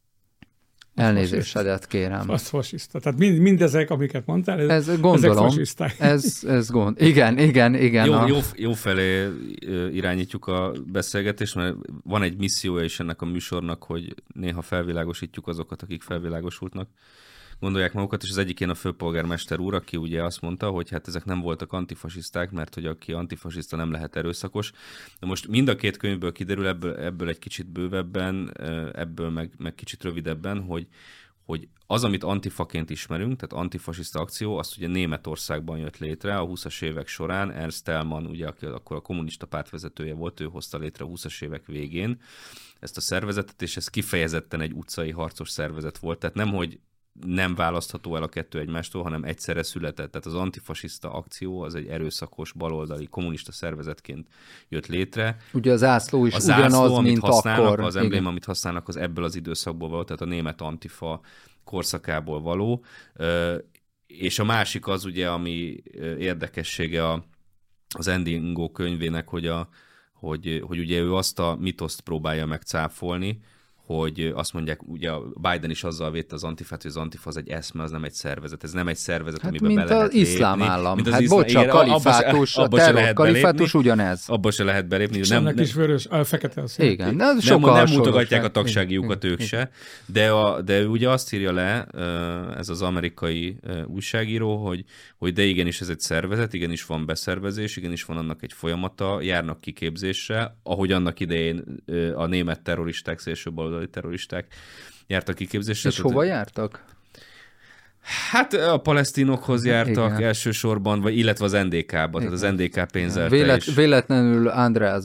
Elnézésedet kérem. Az fasiszta. Tehát mind, mindezek, amiket mondtál, ez, ez gondolom, ezek fasiszták. Ez, ez gond. Igen, igen, igen. Jó, a... jó, jó felé irányítjuk a beszélgetést, mert van egy missziója is ennek a műsornak, hogy néha felvilágosítjuk azokat, akik felvilágosultnak gondolják magukat, és az egyik ilyen a főpolgármester úr, aki ugye azt mondta, hogy hát ezek nem voltak antifasiszták, mert hogy aki antifasiszta nem lehet erőszakos. De most mind a két könyvből kiderül, ebből, ebből egy kicsit bővebben, ebből meg, meg kicsit rövidebben, hogy, hogy az, amit antifaként ismerünk, tehát antifasiszta akció, azt ugye Németországban jött létre a húszas évek során. Ernst Thälmann, ugye, aki akkor a kommunista párt vezetője volt, ő hozta létre a húszas évek végén ezt a szervezetet, és ez kifejezetten egy utcai harcos szervezet volt. Tehát nem, hogy nem választható el a kettő egymástól, hanem egyszerre született. Tehát az antifasiszta akció az egy erőszakos, baloldali, kommunista szervezetként jött létre. Ugye az zászló is a zászló, ugyanaz, amit mint használnak, akkor. Az embléma, amit használnak, az ebből az időszakból való, tehát a német antifa korszakából való. És a másik az ugye, ami érdekessége a, az Andy Ngo könyvének, hogy, a, hogy, hogy ugye ő azt a mitoszt próbálja megcáfolni, hogy azt mondják, ugye a Biden is azzal védte az antifát, hogy az antifa az egy eszme, az nem egy szervezet. Ez nem egy szervezet, hát amiben be lehet lépni. Mint az iszlám állam. Mint az hát iszlám, bocs, a kalifátus, a terror kalifátus ugyanez. Abba se lehet belépni. És nem, ennek nem, is vörös, a fekete az. Igen, nem, nem, nem mutogatják a tagságiukat ők igen. se, de, a, de ugye azt írja le ez az amerikai újságíró, hogy, hogy de igenis ez egy szervezet, igenis van beszervezés, igenis van annak egy folyamata, járnak kiképzésre, ahogy annak idején a német terroristák, szélsőbaloldali terroristák jártak kiképzésre. És hova jártak? Hát a palesztinokhoz jártak Igen. elsősorban, vagy illetve az en dé ká-ba, tehát az en dé ká pénzelte Vélet, is. Véletlenül Andreas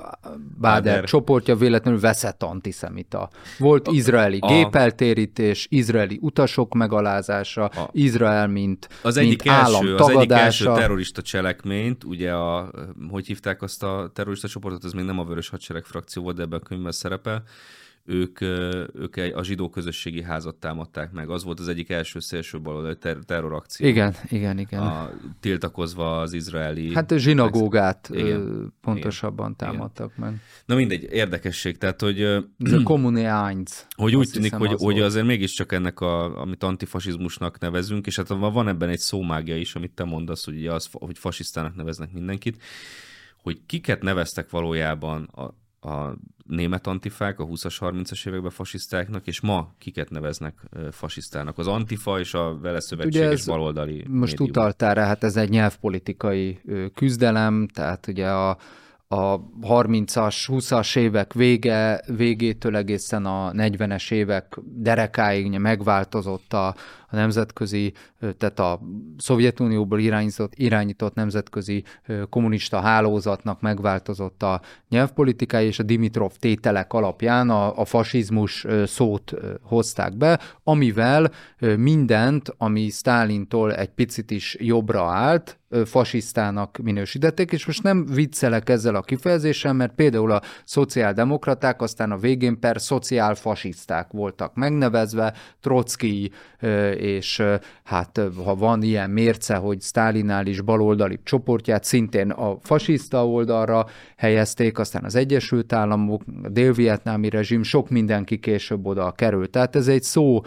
Baader csoportja véletlenül veszett antiszemita. Volt izraeli a, gépeltérítés, izraeli utasok megalázása, a, Izrael mint, az egyik mint első, állam az tagadása. egyik első terrorista cselekményt, ugye a, hogy hívták azt a terrorista csoportot, ez még nem a Vörös Hadsereg frakció volt, de ebben a könyvben szerepel. Ők, ők a zsidó közösségi házat támadták meg. Az volt az egyik első szélső baloldali ter- terrorakció. Igen, igen, igen. A, tiltakozva az izraeli... Hát a zsinagógát igen, pontosabban igen, támadtak igen. meg. Na mindegy, érdekesség. Tehát, hogy... Ez a Kommuné eins. Hogy úgy tűnik, hogy, az hogy azért mégiscsak ennek, a, amit antifasizmusnak nevezünk, és hát van ebben egy szómágia is, amit te mondasz, hogy, ugye az, hogy fasisztának neveznek mindenkit, hogy kiket neveztek valójában a a német antifák, a húszas, harmincas években fasisztáknak, és ma kiket neveznek fasisztának? Az antifa és a vele szövetséges baloldali most médium. Utaltál rá, hát ez egy nyelvpolitikai küzdelem, tehát ugye a, a harmincas, húszas évek vége, végétől egészen a negyvenes évek derekáig megváltozott a, a nemzetközi, tehát a Szovjetunióból irányított, irányított nemzetközi kommunista hálózatnak megváltozott a nyelvpolitikája, és a Dimitrov tételek alapján a, a fasizmus szót hozták be, amivel mindent, ami Sztálintól egy picit is jobbra állt, fasisztának minősítették, és most nem viccelek ezzel a kifejezéssel, mert például a szociáldemokraták aztán a végén per szociálfasiszták voltak megnevezve, Trocki, és hát ha van ilyen mérce, hogy Sztálinnál is baloldali csoportját szintén a fasiszta oldalra helyezték, aztán az Egyesült Államok, a dél-vietnámi rezsim, sok mindenki később oda került. Tehát ez egy szó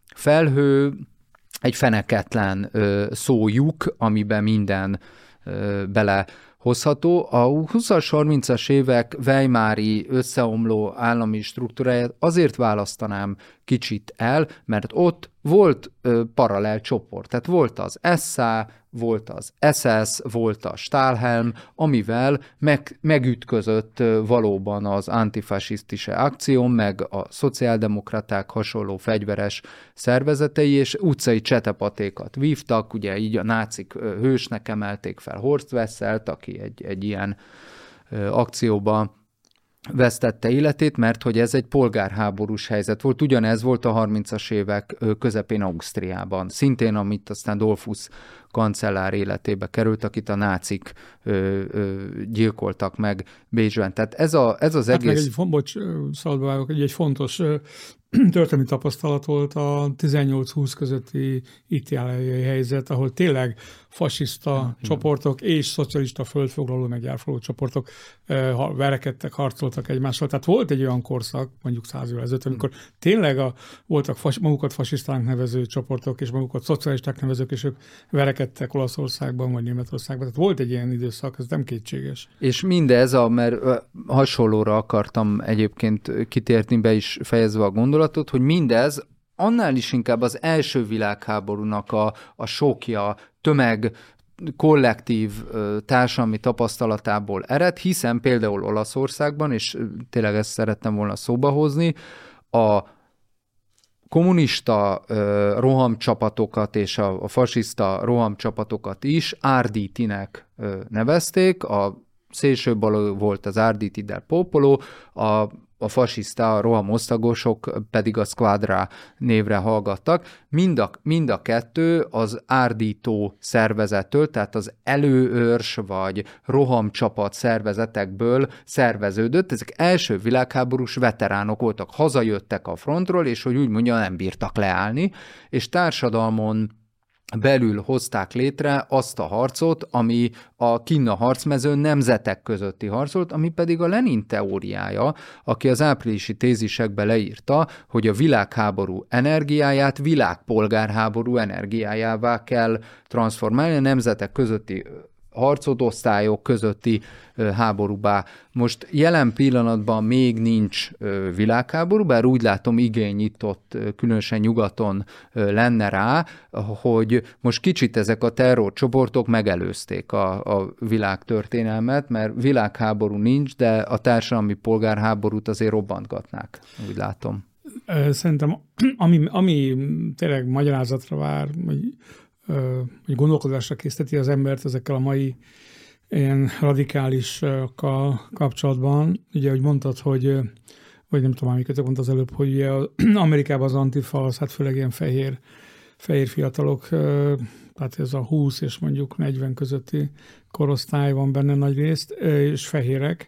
felhő, egy feneketlen ö, szólyuk, amiben minden ö, belehozható. A húszas, harmincas évek weimári összeomló állami struktúráját azért választanám kicsit el, mert ott volt ö, paralel csoport. Tehát volt az es á, volt az es es, volt a Stahlhelm, amivel meg, megütközött ö, valóban az antifasisztise akció, meg a szociáldemokraták hasonló fegyveres szervezetei, és utcai csetepatékat vívtak, ugye így a nácik ö, hősnek emelték fel Horst Wesselt, aki egy, egy ilyen ö, akcióban vesztette életét, mert hogy ez egy polgárháborús helyzet volt. Ugyanez volt a harmincas évek közepén Ausztriában. Szintén, amit aztán Dollfuss kancellár életébe került, akit a nácik ö, ö, gyilkoltak meg Bécsben. Tehát ez, a, ez az hát egész... Meg egy, bocs, szabadba vágok, egy, egy fontos történelmi tapasztalat volt a tizennyolc-húsz közötti itiáliai helyzet, ahol tényleg fasiszta ja, csoportok igen. és szocialista földfoglaló meg gyárfoglaló csoportok uh, verekedtek, harcoltak egymással. Tehát volt egy olyan korszak, mondjuk száz évvel ezelőtt, amikor tényleg a, voltak fas, magukat fasisztának nevező csoportok, és magukat szocialisták nevezők, és ők verekedtek Olaszországban vagy Németországban. Tehát volt egy ilyen időszak, ez nem kétséges. És mindez, a, mert hasonlóra akartam egyébként kitérni, be is fejezve a gondolatot, hogy mindez annál is inkább az első világháborúnak a, a sokja, tömeg, kollektív társadalmi tapasztalatából ered, hiszen például Olaszországban, és tényleg ezt szerettem volna szóba hozni, a kommunista uh, rohamcsapatokat és a, a fasiszta rohamcsapatokat is Arditinek uh, nevezték, a szélsőbaloldali volt az Arditi del Popolo, a a fasiszta, a rohamosztagosok pedig a Squadra névre hallgattak. Mind a, mind a kettő az árdító szervezettől, tehát az előőrs vagy rohamcsapat szervezetekből szerveződött. Ezek első világháborús veteránok voltak, hazajöttek a frontról, és hogy úgy mondja, nem bírtak leállni, és társadalmon belül hozták létre azt a harcot, ami a Kinna harcmezőn nemzetek közötti harc volt, ami pedig a Lenin teóriája, aki az áprilisi tézisekbe leírta, hogy a világháború energiáját világpolgárháború energiájává kell transformálni, a nemzetek közötti harcot osztályok közötti ö, háborúbá. Most jelen pillanatban még nincs ö, világháború, bár úgy látom igény itt ott ö, különösen nyugaton ö, lenne rá, hogy most kicsit ezek a terrorcsoportok megelőzték a, a világtörténelmet, mert világháború nincs, de a társadalmi polgárháborút azért robbantgatnák, úgy látom. Szerintem, ami, ami tényleg magyarázatra vár, vagy, vagy gondolkodásra készteti az embert ezekkel a mai ilyen radikálisakkal kapcsolatban. Ugye, hogy mondtad, hogy, vagy nem tudom, amiket mondtad az előbb, hogy ugye Amerikában az antifa, az hát főleg ilyen fehér, fehér fiatalok, tehát ez a húsz és mondjuk negyven közötti korosztály van benne nagy részt, és fehérek,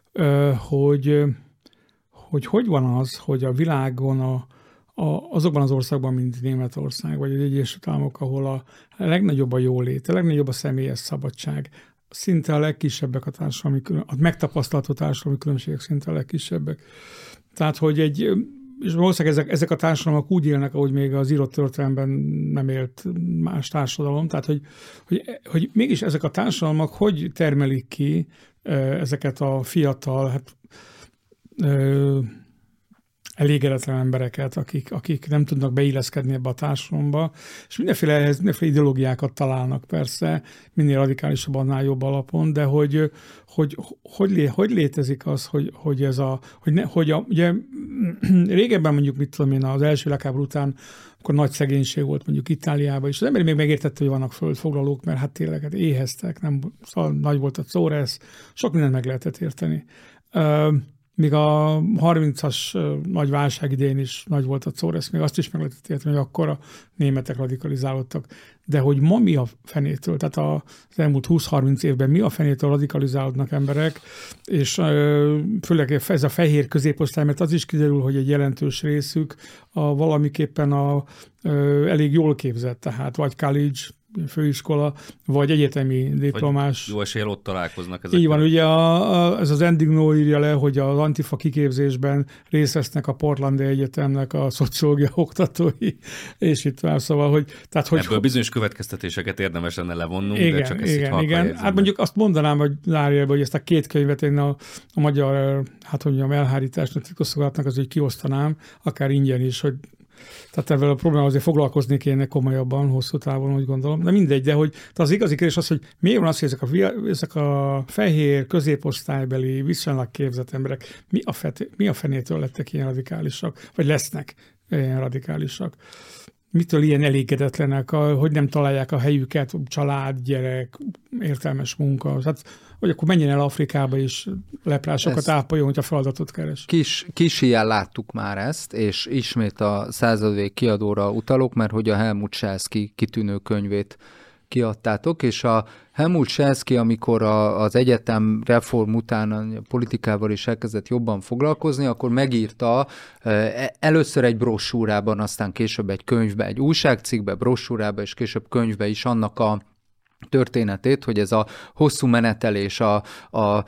hogy hogy hogy van az, hogy a világon a, a, azokban az országban, mint Németország, vagy az Egyesült Államok, ahol a legnagyobb a jólét, a legnagyobb a személyes szabadság, szinte a legkisebbek a társadalmi, a megtapasztalható társadalmi különbségek szinte a legkisebbek. Tehát, hogy egy, és valószínűleg ezek, ezek a társadalmak úgy élnek, ahogy még az írott történelemben nem élt más társadalom, tehát, hogy, hogy, hogy mégis ezek a társadalmak hogy termelik ki ezeket a fiatal, hát Ö, elégedetlen embereket, akik, akik nem tudnak beilleszkedni ebbe a társadalomba, és mindenféle, ehhez mindenféle ideológiákat találnak persze, minél radikálisabb, annál jobb alapon, de hogy hogy, hogy, lé, hogy létezik az, hogy, hogy ez a, hogy, ne, hogy a, ugye régebben mondjuk, mit tudom én, az első világháború után, akkor nagy szegénység volt mondjuk Itáliában, és az ember még megértette, hogy vannak földfoglalók, mert hát tényleg hát éheztek, nem, szóval nagy volt a szóresz, sok mindent meg lehetett érteni. Ö, Még a harmincas nagy válság idején is nagy volt a Czóresz, még azt is meg lehetett érteni, hogy akkor a németek radikalizálódtak. De hogy ma mi a fenétől, tehát az elmúlt húsz-harminc évben mi a fenétől radikalizálódnak emberek, és főleg ez a fehér középosztály, mert az is kiderül, hogy egy jelentős részük a valamiképpen a, elég jól képzett, tehát vagy college, főiskola, vagy egyetemi diplomás. Vagy jó eséllyel ott találkoznak ezek. Így van, ugye a, a, ez az Endigno írja le, hogy az antifa kiképzésben részt vesznek a Portlandi Egyetemnek a szociológia oktatói, és itt már szóval, hogy... Tehát, hogy ebből bizonyos következtetéseket érdemes lenne levonnunk, igen, de csak ezt igen, igen. Hát mondjuk azt mondanám, hogy zárjelben, hogy ezt a két könyvet én a, a magyar, hát mondjam, elhárításnak, titkosszolgálatnak az, hogy kiosztanám, akár ingyen is, hogy tehát ebben a problémával azért foglalkozni kéne komolyabban, hosszú távon, úgy gondolom. De mindegy, de hogy az igazi kérdés az, hogy miért van az, hogy ezek a, ezek a fehér, középosztálybeli, viszonylag képzett emberek mi a, fet, mi a fenétől lettek ilyen radikálisak, vagy lesznek ilyen radikálisak. Mitől ilyen elégedetlenek, hogy nem találják a helyüket, család, gyerek, értelmes munka. Hát, hogy akkor menjen el Afrikába is leprásokat ezt ápoljon, hogyha feladatot keres. Kis, kis ilyen láttuk már ezt, és ismét a századvég kiadóra utalok, mert hogy a Helmut Schelsky kitűnő könyvét kiadtátok, és a Helmut Schelsky, amikor a, az egyetem reform után a politikával is elkezdett jobban foglalkozni, akkor megírta először egy brossúrában, aztán később egy könyvbe, egy újságcikkbe, brossúrába, és később könyvbe is annak a történetét, hogy ez a hosszú menetelés a, a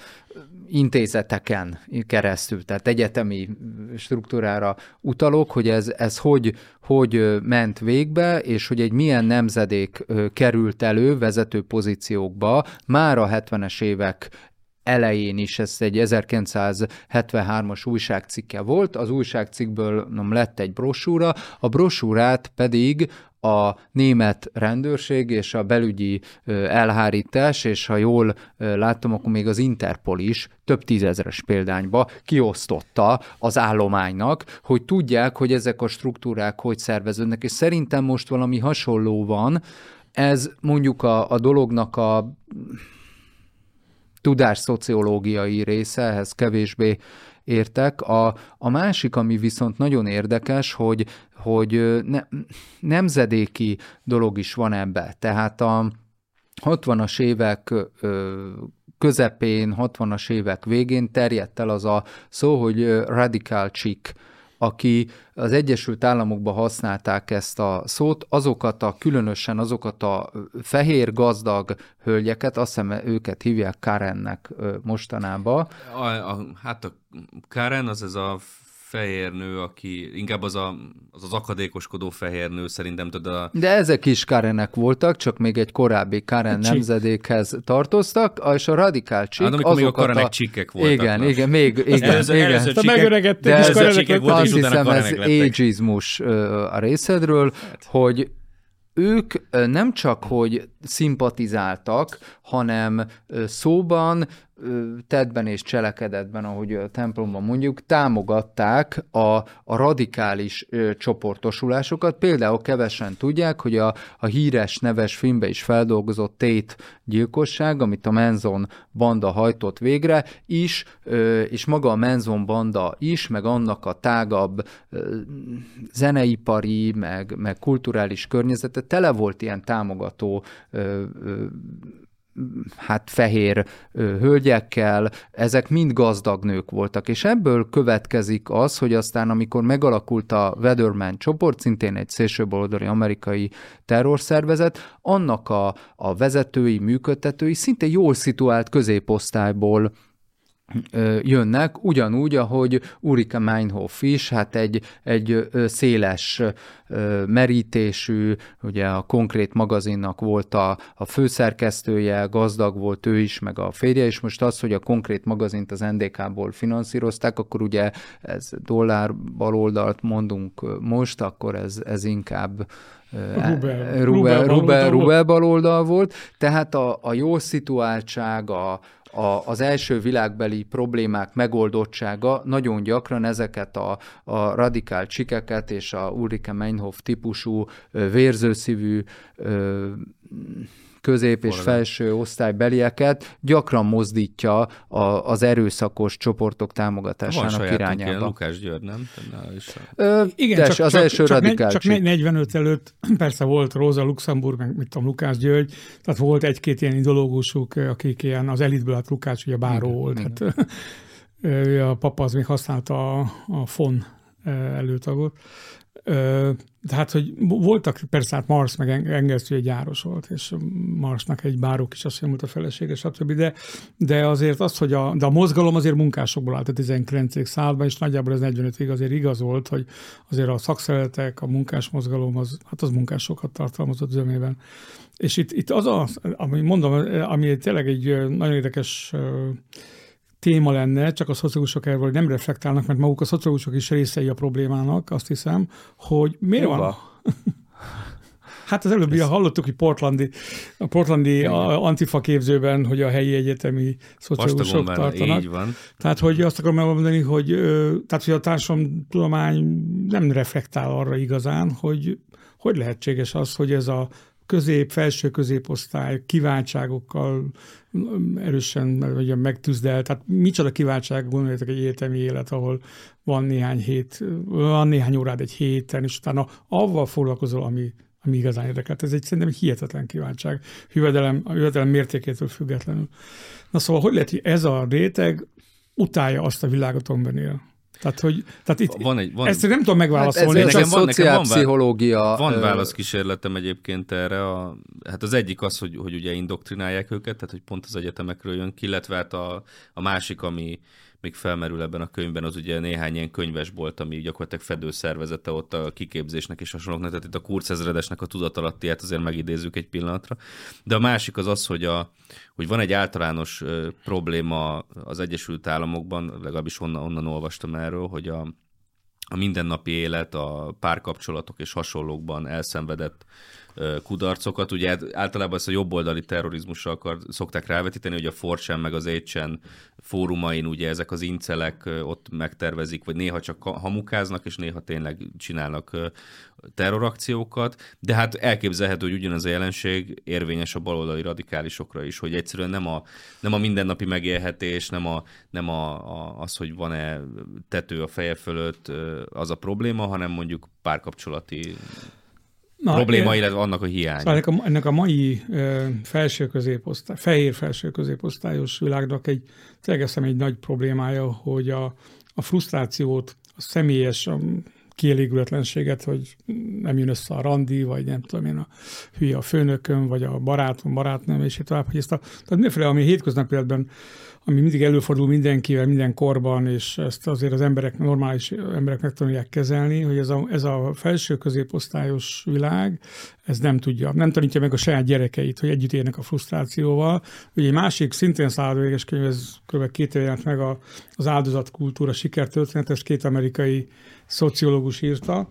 intézeteken keresztül, tehát egyetemi struktúrára utalok, hogy ez, ez hogy, hogy ment végbe, és hogy egy milyen nemzedék került elő vezető pozíciókba már a hetvenes évek elején is, ez egy ezerkilencszázhetvenhármas újságcikke volt, az újságcikkből nem lett egy brossúra, a brossúrát pedig a német rendőrség és a belügyi elhárítás, és ha jól láttam, akkor még az Interpol is több tízezres példányba kiosztotta az állománynak, hogy tudják, hogy ezek a struktúrák hogy szerveződnek, és szerintem most valami hasonló van. Ez mondjuk a, a dolognak a tudásszociológiai része, ehhez kevésbé értek. A, a másik, ami viszont nagyon érdekes, hogy, hogy ne, nemzedéki dolog is van ebbe. Tehát a hatvanas évek közepén, hatvanas évek végén terjedt el az a szó, hogy radical chic, aki az Egyesült Államokban használták ezt a szót, azokat a, különösen azokat a fehér gazdag hölgyeket, azt hiszem őket hívják Karennek mostanában. A, a, hát a Karen az ez a fehér nő, aki inkább az a, az, az akadékoskodó fehér nő, szerintem tudod a... De ezek is Karenek voltak, csak még egy korábbi Karen nemzedékhez tartoztak, és a radikál csik, hát, amikor még a Karenek csikek voltak. Igen, na. igen, még, igen, először, igen. Először de megöregedtek is Karenek volt, azt és utána hiszem, ez lettek. ageizmus a részedről, hát. Hogy ők nem csak, hogy szimpatizáltak, hanem szóban tettben és cselekedetben, ahogy a templomban mondjuk, támogatták a, a radikális ö, csoportosulásokat. Például kevesen tudják, hogy a, a híres, neves filmbe is feldolgozott Tate gyilkosság, amit a Manson banda hajtott végre is, ö, és maga a Manson banda is, meg annak a tágabb ö, zeneipari, meg, meg kulturális környezete tele volt ilyen támogató ö, ö, hát fehér ö, hölgyekkel, ezek mind gazdag nők voltak, és ebből következik az, hogy aztán amikor megalakult a Weatherman csoport, szintén egy szélsőbaloldali amerikai terrorszervezet, annak a, a vezetői, működtetői szinte jól szituált középosztályból jönnek, ugyanúgy, ahogy Ulrike Meinhof is, hát egy, egy széles merítésű, ugye a Konkrét magazinnak volt a, a főszerkesztője, gazdag volt ő is, meg a férje is. Most az, hogy a Konkrét magazint az en dé ká-ból finanszírozták, akkor ugye ez dollár baloldalt mondunk most, akkor ez, ez inkább Rubel, Rubel, Rubel, Rubel baloldal volt. Tehát a, a jó szituáltság, a A, az első világbeli problémák megoldottsága nagyon gyakran ezeket a, a radikál csikeket és a Ulrike Meinhof típusú vérzőszívű közép- és felső osztálybelieket gyakran mozdítja a, az erőszakos csoportok támogatásának irányába. Ilyen, Lukács György, nem? Ö, Igen, de csak, az csak, első csak, radikál csak csik. negyvenöt előtt persze volt Rosa Luxemburg, meg mit tudom, Lukács György, tehát volt egy-két ilyen ideológusuk, akik ilyen az elitből, hát Lukács ugye báró igen, volt. Igen. Hát, a papa az még használta a, a fon előtagot. Tehát, hogy voltak, persze hát Marx meg Engels egy gyáros volt, és Marxnak egy báró kisasszony volt a felesége, stb. De, de azért az, hogy a, de a mozgalom azért munkásokból állt a tizenkilencedik században, és nagyjából ez negyvenötig azért igaz volt, hogy azért a szakszeletek, a munkásmozgalom, az, hát az munkásokat tartalmazott zömében. És itt, itt az, az, ami mondom, ami tényleg egy nagyon érdekes téma lenne, csak a szociológusok erről nem reflektálnak, mert maguk a szociológusok is részei a problémának, azt hiszem, hogy miért Jóba. van... Hát az előbb hallottuk, hogy portlandi, a portlandi antifa képzőben, hogy a helyi egyetemi szociológusok tartanak. Így van. Tehát, hogy azt akarom elmondani, hogy, tehát, hogy a társadalomtudomány nem reflektál arra igazán, hogy hogy lehetséges az, hogy ez a közép, felső középosztály kiváltságokkal erősen vagy megtűzdelt. Tehát micsoda kiváltság, gondoljátok egy egyetemi élet, ahol van néhány hét, van néhány órád egy héten, és utána avval foglalkozol, ami, ami igazán érdekelt. Ez egy szerintem egy hihetetlen kiváltság, jövedelem, a jövedelem mértékétől függetlenül. Na szóval, hogy lehet, hogy ez a réteg utálja azt a világot, amiben él? Tehát, hogy, tehát itt, van egy, van, ezt nem tudom megválaszolni. Hát ez ez a szociálpszichológia. Van, van válaszkísérletem egyébként erre. A, hát az egyik az, hogy, hogy ugye indoktrinálják őket, tehát hogy pont az egyetemekről jön ki, illetve hát a, a másik, ami még felmerül ebben a könyvben, az ugye néhány ilyen könyvesbolt, ami gyakorlatilag fedőszervezete ott a kiképzésnek és hasonlóknak, tehát itt a kurzezredesnek a tudatalattiát azért megidézzük egy pillanatra. De a másik az az, hogy, a, hogy van egy általános uh, probléma az Egyesült Államokban, legalábbis onnan, onnan olvastam erről, hogy a, a mindennapi élet, a párkapcsolatok és hasonlókban elszenvedett kudarcokat. Ugye általában ezt a jobboldali terrorizmusra akar, szokták rávetíteni, hogy a four chan meg az eight chan fórumain ugye ezek az incelek ott megtervezik, vagy néha csak hamukáznak, és néha tényleg csinálnak terrorakciókat, de hát elképzelhető, hogy ugyanaz a jelenség érvényes a baloldali radikálisokra is, hogy egyszerűen nem a, nem a mindennapi megélhetés, nem, a, nem a, a, az, hogy van-e tető a feje fölött az a probléma, hanem mondjuk párkapcsolati Na, probléma, illetve annak a hiánya. Szóval ennek a, ennek a mai ö, felső középosztály, fehér felső középosztályos világnak egy, tényleg eszem egy nagy problémája, hogy a, a frusztrációt, a személyes a kielégületlenséget, hogy nem jön össze a randi, vagy nem tudom én, a hülye a főnököm, vagy a barátom, barátnőm, és így tovább, hogy ezt a, tehát mindenféle, ami hétköznapi életben, ami mindig előfordul mindenkivel, minden korban, és ezt azért az emberek, normális emberek meg tanulják kezelni, hogy ez a, ez a felső középosztályos világ, ez nem tudja, nem tanítja meg a saját gyerekeit, hogy együtt élnek a frusztrációval. Ugye egy másik, szintén századvéges könyv, ez kb. két éve jelent meg a, az áldozatkultúra sikertörténet, ezt két amerikai szociológus írta.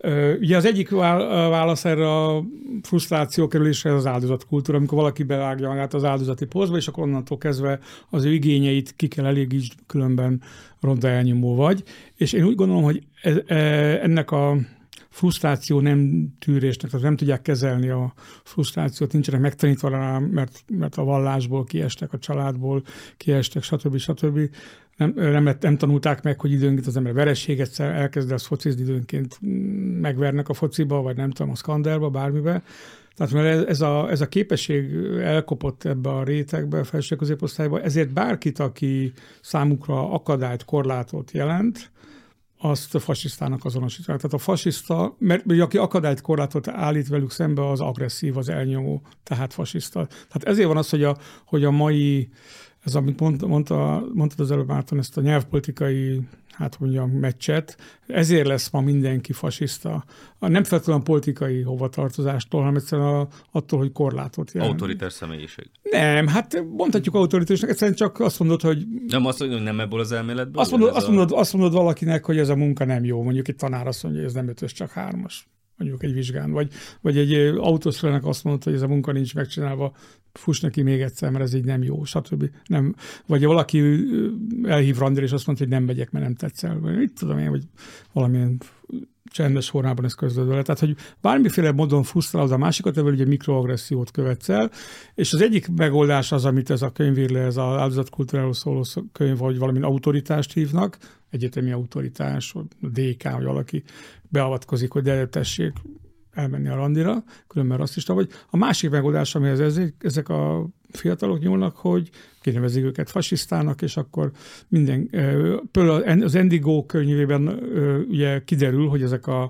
Ugye az egyik válasz erre a frusztráció kerülésre az áldozatkultúra, amikor valaki bevágja magát az áldozati posztba, és akkor onnantól kezdve az ő igényeit ki kell elégítsd, különben ronda elnyomó vagy. És én úgy gondolom, hogy ennek a frusztráció nem tűrésnek, tehát nem tudják kezelni a frusztrációt, nincsenek megtanítva rá, mert, mert a vallásból kiestek, a családból kiestek, stb. stb. Nem, nem, nem tanulták meg, hogy időnként az ember vereséget elkezd el focizni, időnként megvernek a fociba, vagy nem tudom, a szkanderba, bármibe. Tehát mert ez a, ez a képesség elkopott ebbe a rétegbe, a felső középosztályba, ezért bárkit, aki számukra akadályt, korlátot jelent, azt a fasisztának azonosítják. Tehát a fasiszta, mert aki akadályt, korlátot állít velük szembe, az agresszív, az elnyomó, tehát fasiszta. Tehát ezért van az, hogy a, hogy a mai, ez amit mondta, mondta, mondtad az előbb, Márton, ezt a nyelvpolitikai, hát mondjam, meccset, ezért lesz ma mindenki fasiszta. Nem feltétlenül a politikai hovatartozástól, hanem egyszerűen attól, hogy korlátot jelent. Autoritár személyiség. Nem, hát mondhatjuk autoritásnak, egyszerűen csak azt mondod, hogy... Nem azt mondod, hogy nem ebből az elméletből? Azt mondod, azt, mondod, a... azt mondod valakinek, hogy ez a munka nem jó. Mondjuk egy tanár azt mondja, hogy ez nem ötös, csak hármas. Mondjuk egy vizsgán. Vagy, vagy egy autószerelőnek azt mondod, hogy ez a munka nincs megcsinálva, fuss neki még egyszer, mert ez így nem jó, stb. Nem. Vagy valaki elhív randira, és azt mondja, hogy nem megyek, mert nem tetszel. Vagy mit tudom én, vagy valamilyen csendes formában ez közlöd vele. Tehát, hogy bármiféle módon frusztrálod a másikat, ebből ugye mikroagressziót követsz el, és az egyik megoldás az, amit ez a könyvírle, ez az áldozatkultúráról szóló könyv, vagy valamilyen autoritást hívnak, egyetemi autoritás, vagy dé ká, vagy valaki beavatkozik, hogy de tessék elmenni a randira, különben rasszista vagy. A másik megoldás, amihez ezek, ezek a fiatalok nyúlnak, hogy kinevezik őket fasisztának, és akkor minden, például az Indigo könyvében ugye kiderül, hogy ezek a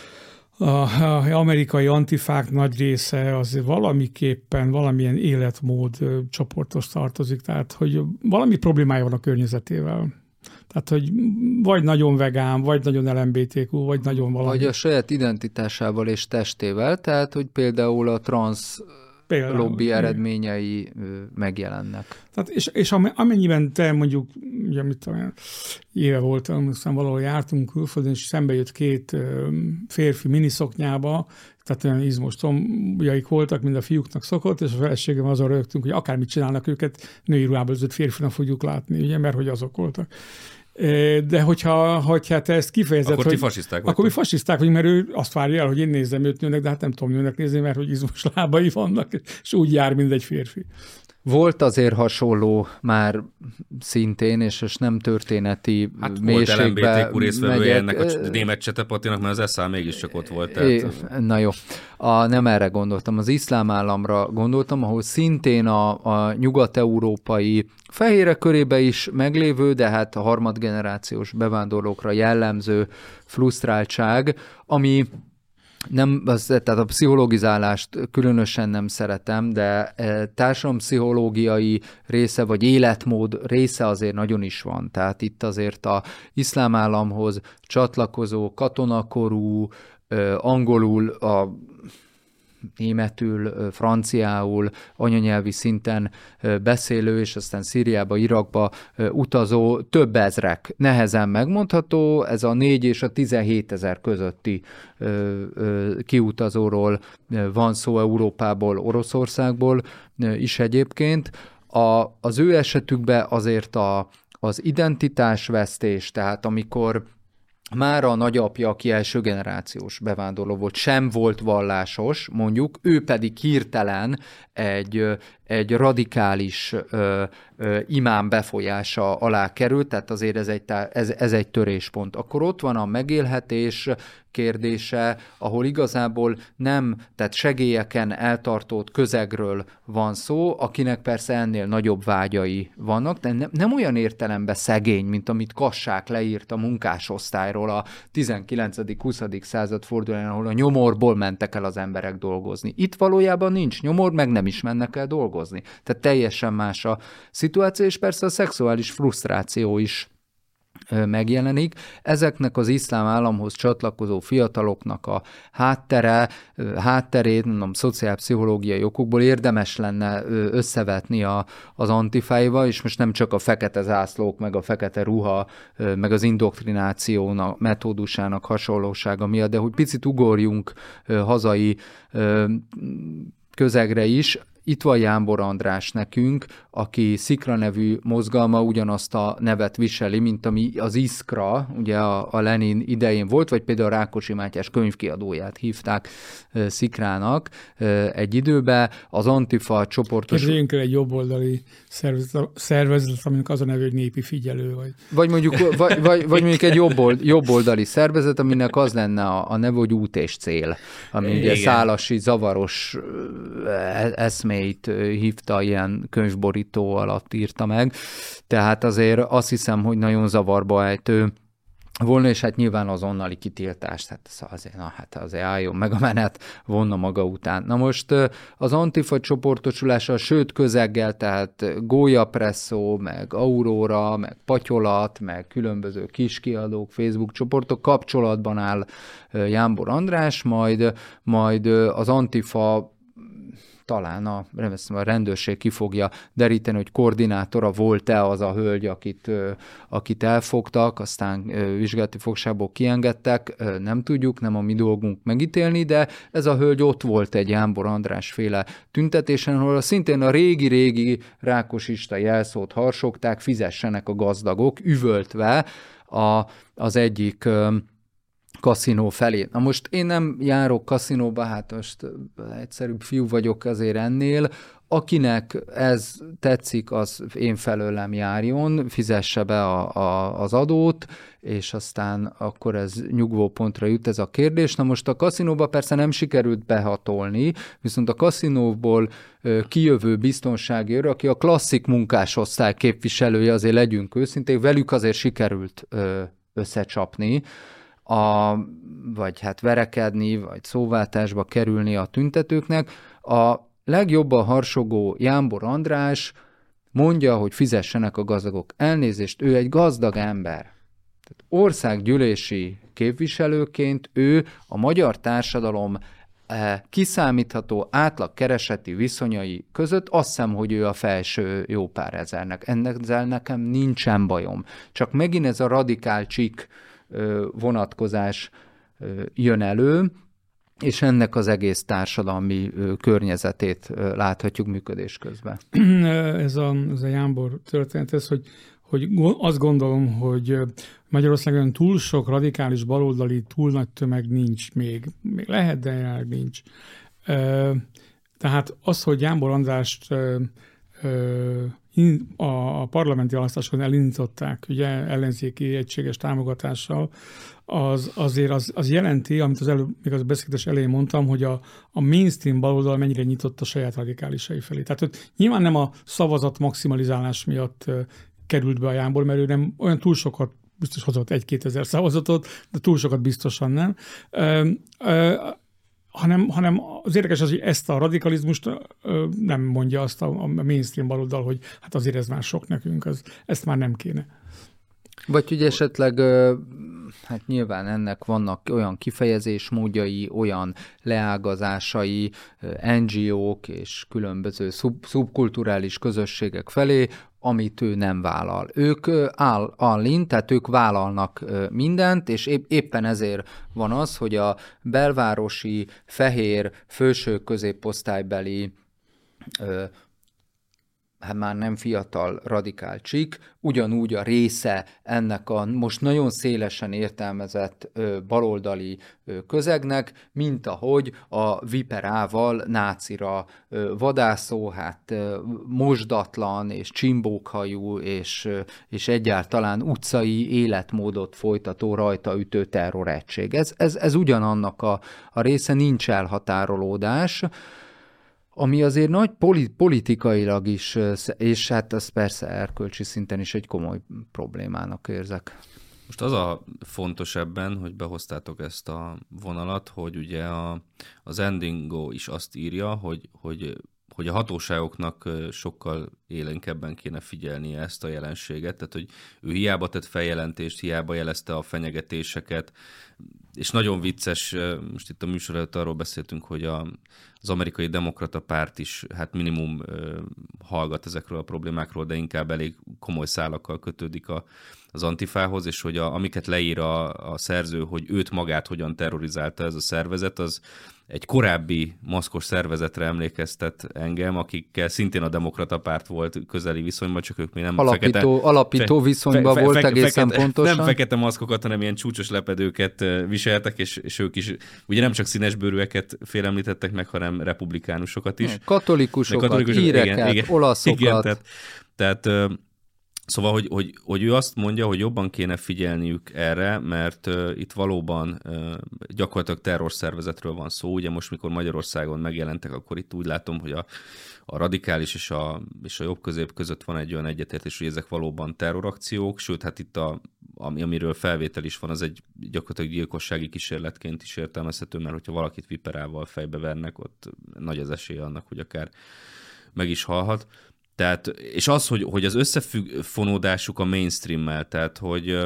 az amerikai antifák nagy része az valamiképpen, valamilyen életmód csoporthoz tartozik, tehát hogy valami problémája van a környezetével. Tehát, hogy vagy nagyon vegán, vagy nagyon el em bé té kú, vagy nagyon valami. Vagy a saját identitásával és testével, tehát, hogy például a transz például, lobby eredményei megjelennek. Tehát, és, és amennyiben te mondjuk, ugye mit tudom, éve voltam, aztán valahol jártunk külföldön, és szembe jött két férfi miniszoknyába, tehát olyan izmos tombjaik voltak, mint a fiúknak szokott, és a feleségem azon rögtünk, hogy akármit csinálnak őket, női ruhában öltözött férfinak fogjuk látni, ugye, mert hogy azok voltak. De hogyha, hogyha te ezt kifejezed, akkor hogy... ti fasiszták vagytok. Akkor mi fasiszták vagyunk, mert ő azt várja el, hogy én nézzem őt nőnek, de hát nem tudom nőnek nézni, mert hogy izmos lábai vannak, és úgy jár, mint egy férfi. Volt azért hasonló már szintén, és, és nem történeti hát mélységbe volt el em bé té kú résztvevője ennek a német csetepatinak, mert az es á mégiscsak ott volt. Tehát... Na jó, a, nem erre gondoltam, az iszlám államra gondoltam, ahol szintén a, a nyugat-európai fehérek körébe is meglévő, de hát a harmadgenerációs bevándorlókra jellemző frusztráltság, ami nem, az, tehát a pszichologizálást különösen nem szeretem, de társadalompszichológiai része, vagy életmód része azért nagyon is van. Tehát itt azért az iszlám államhoz csatlakozó, katonakorú, angolul, a németül, franciául, anyanyelvi szinten beszélő, és aztán Szíriába, Irakba utazó több ezrek. Nehezen megmondható, ez a négy és a tizenhét ezer közötti kiutazóról van szó Európából, Oroszországból is egyébként. A, az ő esetükben azért a, az identitásvesztés, tehát amikor már a nagyapja, aki első generációs bevándorló volt, sem volt vallásos, mondjuk, ő pedig hirtelen egy, egy radikális ö, ö, imám befolyása alá került, tehát azért ez egy, ez, ez egy töréspont. Akkor ott van a megélhetés kérdése, ahol igazából nem, tehát segélyeken eltartott közegről van szó, akinek persze ennél nagyobb vágyai vannak, de nem, nem olyan értelemben szegény, mint amit Kassák leírt a munkásosztályról a tizenkilencedik-huszadik század fordulóján, ahol a nyomorból mentek el az emberek dolgozni. Itt valójában nincs nyomor, meg nem is mennek el dolgozni. Tehát teljesen más a szituáció, és persze a szexuális frusztráció is megjelenik. Ezeknek az iszlám államhoz csatlakozó fiataloknak a háttere, hátterét, mondom, szociálpszichológiai okokból érdemes lenne összevetni a, az antifáival, és most nem csak a fekete zászlók, meg a fekete ruha, meg az indoktrinációnak, metódusának hasonlósága miatt, de hogy picit ugorjunk hazai közegre is. Itt van Jámbor András nekünk, aki Szikra nevű mozgalma ugyanazt a nevet viseli, mint ami az Iszkra, ugye a, a Lenin idején volt, vagy például a Rákosi Mátyás könyvkiadóját hívták uh, Szikrának uh, egy időben. Az Antifa csoportos... Képzeljünk el egy jobboldali szervezet, szervezet, aminek az a neve, hogy népi figyelő. Vagy, vagy, mondjuk, vagy, vagy, vagy mondjuk egy jobbold, jobboldali szervezet, aminek az lenne a, a neve, hogy út és cél, ami ugye szálasi, zavaros eszmét hívta, ilyen könyvborító alatt írta meg. Tehát azért azt hiszem, hogy nagyon zavarba ejtő volna, és hát nyilván azonnali kitiltást, hát azért, na, hát azért álljon meg a menet, vonna maga után. Na most az Antifa csoportosulása, sőt közeggel, tehát Gólya Presszó, meg Aurora, meg Patyolat, meg különböző kiskiadók, Facebook csoportok kapcsolatban áll Jámbor András, majd, majd az Antifa talán a, a rendőrség ki fogja deríteni, hogy koordinátora volt-e az a hölgy, akit, akit elfogtak, aztán vizsgálati fogságból kiengedtek, nem tudjuk, nem a mi dolgunk megítélni, de ez a hölgy ott volt egy Jámbor András féle tüntetésen, ahol szintén a régi-régi rákosista jelszót harsogták, fizessenek a gazdagok, üvöltve a, az egyik kaszinó felé. Na most én nem járok kaszinóba, hát most egyszerűbb fiú vagyok azért ennél. Akinek ez tetszik, az én felőlem járjon, fizesse be a, a, az adót, és aztán akkor ez nyugvópontra jut ez a kérdés. Na most a kaszinóba persze nem sikerült behatolni, viszont a kaszinóból ö, kijövő biztonsági őr, aki a klasszik munkásosztály képviselője, azért legyünk őszinték, velük azért sikerült ö, összecsapni, A, vagy hát verekedni, vagy szóváltásba kerülni a tüntetőknek. A legjobban harsogó Jámbor András mondja, hogy fizessenek a gazdagok. Elnézést, ő egy gazdag ember. Tehát országgyűlési képviselőként ő a magyar társadalom kiszámítható átlag kereseti viszonyai között azt hiszem, hogy ő a felső jó pár ezernek. Ennek nekem nincsen bajom. Csak megint ez a radikál csik vonatkozás jön elő, és ennek az egész társadalmi környezetét láthatjuk működés közben. Ez a, ez a Jámbor történet, ez, hogy, hogy azt gondolom, hogy Magyarországon túl sok radikális baloldali, túl nagy tömeg nincs még. Még lehet, de jelenleg nincs. Tehát az, hogy Jámbor Andrást a parlamenti választásokon elindították, ugye ellenzéki egységes támogatással, az azért az, az jelenti, amit az előbb, még az beszélgetés elején mondtam, hogy a, a mainstream baloldal mennyire nyitott a saját radikálisai felé. Tehát hogy nyilván nem a szavazat maximalizálás miatt került be a Jámbor, mert ő nem olyan túl sokat, biztos hozott egy-két ezer szavazatot, de túl sokat biztosan nem. Ö, ö, Hanem, hanem az érdekes az, hogy ezt a radikalizmust ö, nem mondja azt a, a mainstream baloldal, hogy hát azért ez már sok nekünk, az, ezt már nem kéne. Vagy hogy esetleg, hát nyilván ennek vannak olyan kifejezésmódjai, olyan leágazásai en gé ók és különböző szub, szubkulturális közösségek felé, amit ő nem vállal. Ők áll, állin, tehát ők vállalnak mindent, és épp, éppen ezért van az, hogy a belvárosi, fehér, felső középosztálybeli hát már nem fiatal radikál csik, ugyanúgy a része ennek a most nagyon szélesen értelmezett ö, baloldali ö, közegnek, mint ahogy a viperával nácira ö, vadászó, hát ö, mosdatlan és csimbókhajú és, ö, és egyáltalán utcai életmódot folytató rajta ütő terroregység. Ez, ez, ez ugyanannak a, a része, nincs elhatárolódás, ami azért nagy politikailag is, és hát az persze erkölcsi szinten is egy komoly problémának érzek. Most az a fontos ebben, hogy behoztátok ezt a vonalat, hogy ugye a, az Endingo is azt írja, hogy, hogy hogy a hatóságoknak sokkal élénkebben kéne figyelnie ezt a jelenséget, tehát hogy ő hiába tett feljelentést, hiába jelezte a fenyegetéseket, és nagyon vicces, most itt a műsor előtt arról beszéltünk, hogy a, az amerikai demokrata párt is hát minimum hallgat ezekről a problémákról, de inkább elég komoly szálakkal kötődik a, az Antifához, és hogy a, amiket leír a, a szerző, hogy őt magát hogyan terrorizálta ez a szervezet, az egy korábbi maszkos szervezetre emlékeztet engem, akikkel szintén a demokrata párt volt közeli viszonyban, csak ők még nem alapító, fekete... Alapító fe, viszonyban fe, volt fe, egészen fekete, pontosan. Nem fekete maszkokat, hanem ilyen csúcsos lepedőket viseltek, és, és ők is ugye nem csak színesbőrűeket félemlítettek meg, hanem republikánusokat is. Katolikusokat, katolikusok, íreket, igen, igen, olaszokat. Igen, tehát, tehát Szóval, hogy, hogy, hogy ő azt mondja, hogy jobban kéne figyelniük erre, mert uh, itt valóban uh, gyakorlatilag terrorszervezetről van szó. Ugye most, mikor Magyarországon megjelentek, akkor itt úgy látom, hogy a, a radikális és a, és a jobb-közép között van egy olyan egyetértés, hogy ezek valóban terrorakciók, sőt, hát itt a, ami, amiről felvétel is van, az egy gyakorlatilag gyilkossági kísérletként is értelmezhető, mert hogyha valakit viperával fejbe vernek, ott nagy az esélye annak, hogy akár meg is halhat. Tehát, és az, hogy, hogy az összefonódásuk a mainstreammel, tehát hogy,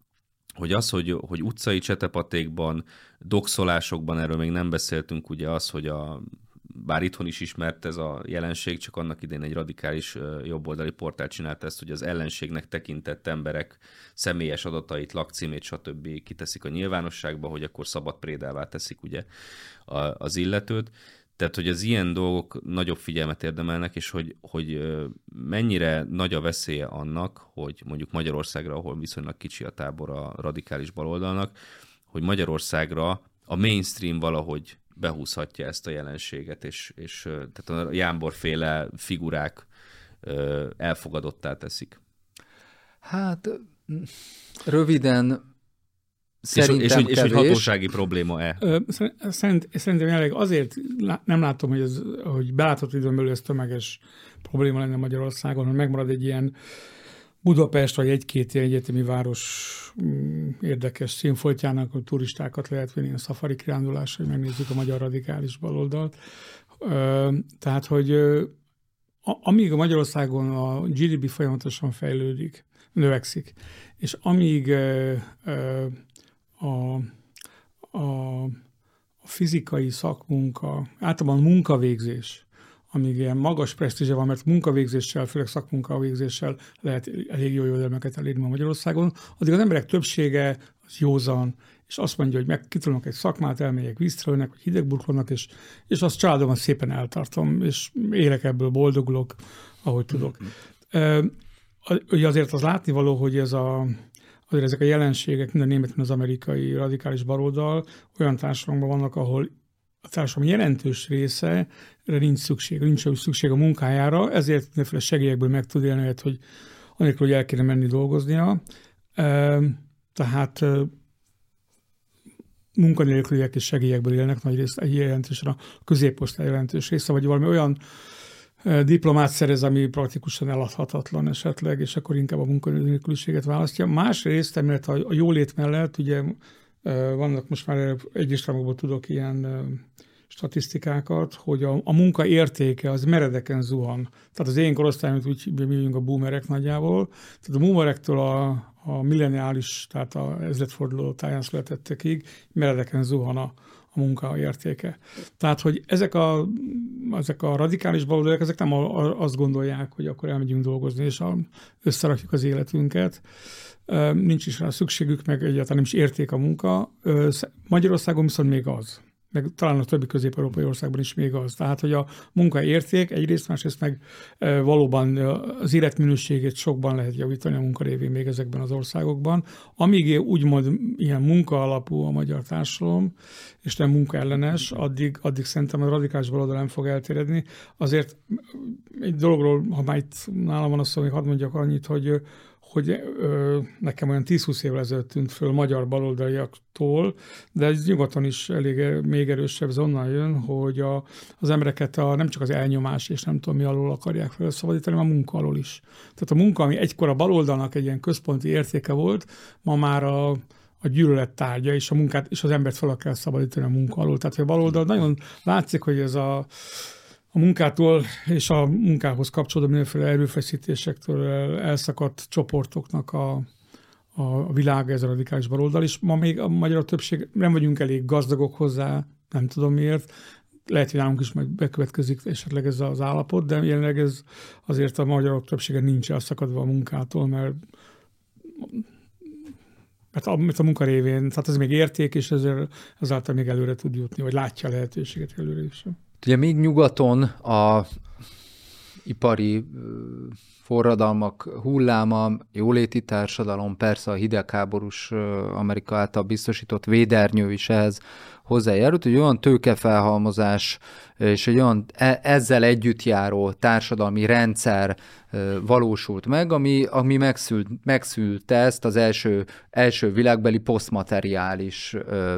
hogy az, hogy, hogy utcai csetepatékban, doxolásokban, erről még nem beszéltünk, ugye az, hogy a, bár itthon is ismert ez a jelenség, csak annak idén egy radikális jobboldali portál csinálta ezt, hogy az ellenségnek tekintett emberek személyes adatait, lakcímét, stb. Kiteszik a nyilvánosságba, hogy akkor szabad prédává teszik ugye az illetőt. Tehát, hogy az ilyen dolgok nagyobb figyelmet érdemelnek, és hogy, hogy mennyire nagy a veszélye annak, hogy mondjuk Magyarországra, ahol viszonylag kicsi a tábor a radikális baloldalnak, hogy Magyarországra a mainstream valahogy behúzhatja ezt a jelenséget, és, és tehát a Jámbor-féle figurák elfogadottá teszik. Hát röviden... Szerintem és, és, és egy hatósági probléma-e? Szerint, szerintem jelenleg azért nem látom, hogy, ez, hogy belátott időn belül ez tömeges probléma lenne Magyarországon, hogy megmarad egy ilyen Budapest vagy egy-két ilyen egyetemi város érdekes színfoltjának, hogy turistákat lehet vinni a szafari kirándulásra, hogy megnézzük a magyar radikális baloldalt. Tehát, hogy amíg a Magyarországon a gé dé pé folyamatosan fejlődik, növekszik, és amíg A, a, a fizikai szakmunka, általában munkavégzés, amíg ilyen magas presztízse van, mert munkavégzéssel, főleg szakmunkavégzéssel lehet elég jó jövedelmeket elérni Magyarországon, addig az emberek többsége az józan, és azt mondja, hogy meg kitolnak egy szakmát, elmegyek víztrölnek, vagy hidegburkolnak, és, és azt családomat szépen eltartom, és élek ebből, boldogulok, ahogy tudok. Mm-hmm. Ugye azért az látnivaló, hogy ez a azért ezek a jelenségek, mind a német, mind az amerikai radikális baloldal olyan társadalomban vannak, ahol a társadalom jelentős része nincs szükség, nincs szükség a munkájára, ezért mindenféle segélyekből meg tud élni, hogy anélkül, hogy el kéne menni dolgoznia. Tehát munkanélküliek és segélyekből élnek nagy részt, egy jelentősen a középosztály jelentős része, vagy valami olyan diplomát szerez, ami praktikusan eladhatatlan esetleg, és akkor inkább a munkanélküliséget választja. Másrészt, mert a jólét mellett ugye vannak most már egyestámokból tudok ilyen statisztikákat, hogy a, a munka értéke az meredeken zuhan. Tehát az én korosztályom, úgy mi vagyunk a boomerek nagyjából, tehát a boomerektől a, a milleniális, tehát a ezredforduló táján születettekig meredeken zuhan a a munka értéke. Tehát, hogy ezek a, ezek a radikális baloldalak, ezek nem a, a, azt gondolják, hogy akkor elmegyünk dolgozni, és a, összerakjuk az életünket. Nincs is rá szükségük, meg egyáltalán nem is érték a munka. Magyarországon viszont még az. Meg talán a többi közép-európai országban is még az. Tehát, hogy a munka érték egyrészt, másrészt meg valóban az életminőségét sokban lehet javítani a munka révén még ezekben az országokban. Amíg úgymond ilyen munka alapú a magyar társadalom, és nem munkaellenes, addig, addig szerintem a radikális baloldal nem fog eltéredni. Azért egy dologról, ha már itt nálam van a szó, hogy hadd mondjak annyit, hogy hogy ö, nekem olyan tíz-húsz évvel ezelőtt tűnt föl magyar baloldaliaktól, de ez nyugaton is elég még erősebb, ez onnan jön, hogy a, az embereket a, nem csak az elnyomás és nem tudom mi alól akarják felszabadítani, hanem a munka alól is. Tehát a munka, ami egykor a baloldalnak egy ilyen központi értéke volt, ma már a a gyűlölet tárgya, és a munkát, és az embert fel kell szabadítani a munka alól. Tehát a baloldal nagyon látszik, hogy ez a a munkától és a munkához kapcsolódó mindenféle erőfeszítésektől elszakadt csoportoknak a, a világ, ez a radikális baloldal, és ma még a magyar többség nem vagyunk elég gazdagok hozzá, nem tudom miért, lehet, hogy nálunk is meg bekövetkezik esetleg ez az állapot, de jelenleg ez azért a magyarok többsége nincs elszakadva a munkától, mert, mert a, a munka révén, tehát ez még érték, és ezért, ezáltal még előre tud jutni, vagy látja a lehetőséget előre is. Ugye még nyugaton a ipari forradalmak hulláma, jóléti társadalom, persze a hidegháborús Amerika által biztosított védernyő is ehhez hozzájárult, hogy olyan tőkefelhalmozás és egy olyan ezzel együtt járó társadalmi rendszer valósult meg, ami, ami megszült, megszülte ezt az első, első világbeli posztmateriális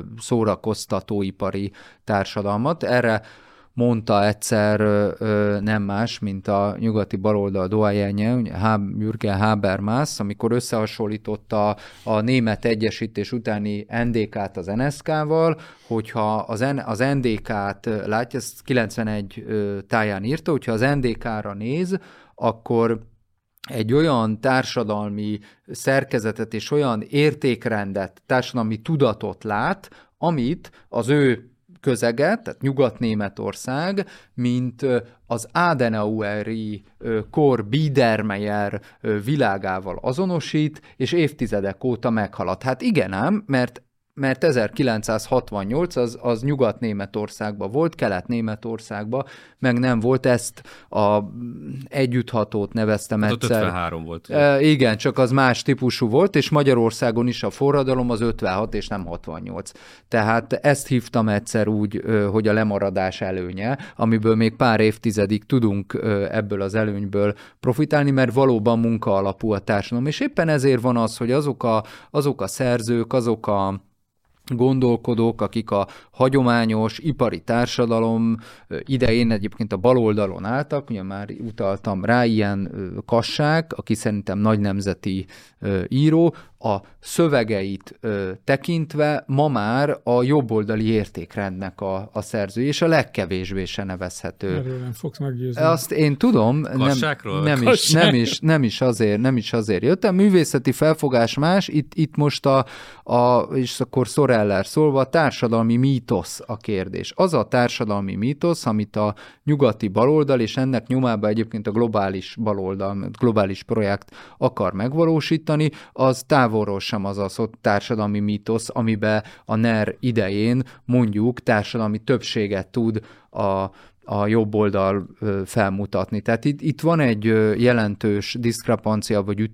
szórakoztatóipari társadalmat. Erre mondta egyszer ö, nem más, mint a nyugati baloldal doyenje, Jürgen Habermas, amikor összehasonlította a német egyesítés utáni en dé ká-t az en es ká-val, hogyha az, N- az en dé ká-t látja, ezt kilencvenegy táján írta, hogyha az en dé ká-ra néz, akkor egy olyan társadalmi szerkezetet és olyan értékrendet, társadalmi tudatot lát, amit az ő közeget, tehát Nyugat-Németország, mint az Adenaueri kor Biedermeier világával azonosít, és évtizedek óta meghalad. Hát igen ám, mert mert ezerkilencszázhatvannyolc az, az Nyugat-Németországban volt, Kelet-Németországban meg nem volt, ezt a együtthatót neveztem hát egyszer. ötvenhárom volt. E, igen, csak az más típusú volt, és Magyarországon is a forradalom az ötvenhat és nem hatvannyolc. Tehát ezt hívtam egyszer úgy, hogy a lemaradás előnye, amiből még pár évtizedig tudunk ebből az előnyből profitálni, mert valóban munka alapú a társadalom. És éppen ezért van az, hogy azok a, azok a szerzők, azok a gondolkodók, akik a hagyományos ipari társadalom idején egyébként a baloldalon álltak, ugye már utaltam rá, ilyen Kassák, aki szerintem nagy nemzeti író, a szövegeit ö, tekintve ma már a jobboldali értékrendnek a, a szerző, és a legkevésbé se nevezhető. Erről nem fogsz meggyőzni. Azt én tudom, nem, nem, is, nem, is, nem, is azért, nem is azért jöttem. Művészeti felfogás más, itt, itt most a, a, és akkor Sorreller szólva, a társadalmi mítosz a kérdés. Az a társadalmi mítosz, amit a nyugati baloldal, és ennek nyomában egyébként a globális baloldal, globális projekt akar megvalósítani, az távolról sem az a társadalmi mítosz, amiben a en e er idején mondjuk társadalmi többséget tud a, a jobb oldal felmutatni. Tehát itt, itt van egy jelentős diszkrepancia vagy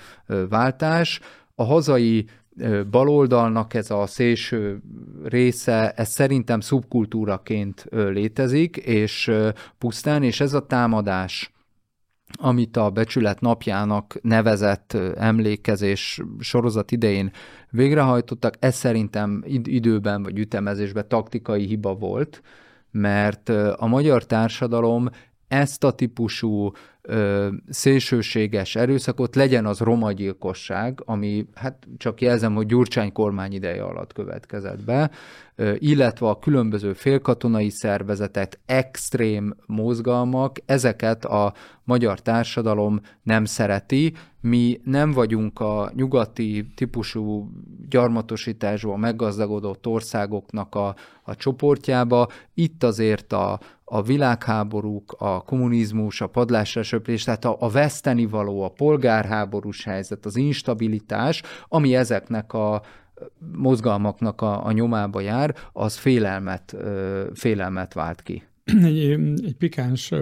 ütemváltás. A hazai baloldalnak ez a szélső része, ez szerintem szubkultúraként létezik, és pusztán, és ez a támadás, amit a Becsület napjának nevezett emlékezés sorozat idején végrehajtottak, ez szerintem időben vagy ütemezésben taktikai hiba volt, mert a magyar társadalom ezt a típusú ö, szélsőséges erőszakot, legyen az romagyilkosság, ami hát csak jelzem, hogy Gyurcsány kormány ideje alatt következett be, ö, illetve a különböző félkatonai szervezetek, extrém mozgalmak, ezeket a magyar társadalom nem szereti. Mi nem vagyunk a nyugati típusú gyarmatosításban meggazdagodott országoknak a, a csoportjába. Itt azért a a világháborúk, a kommunizmus, a padlásra söprés, tehát a, a vesztenivaló, a polgárháborús helyzet, az instabilitás, ami ezeknek a mozgalmaknak a, a nyomába jár, az félelmet, félelmet vált ki. Egy, egy pikáns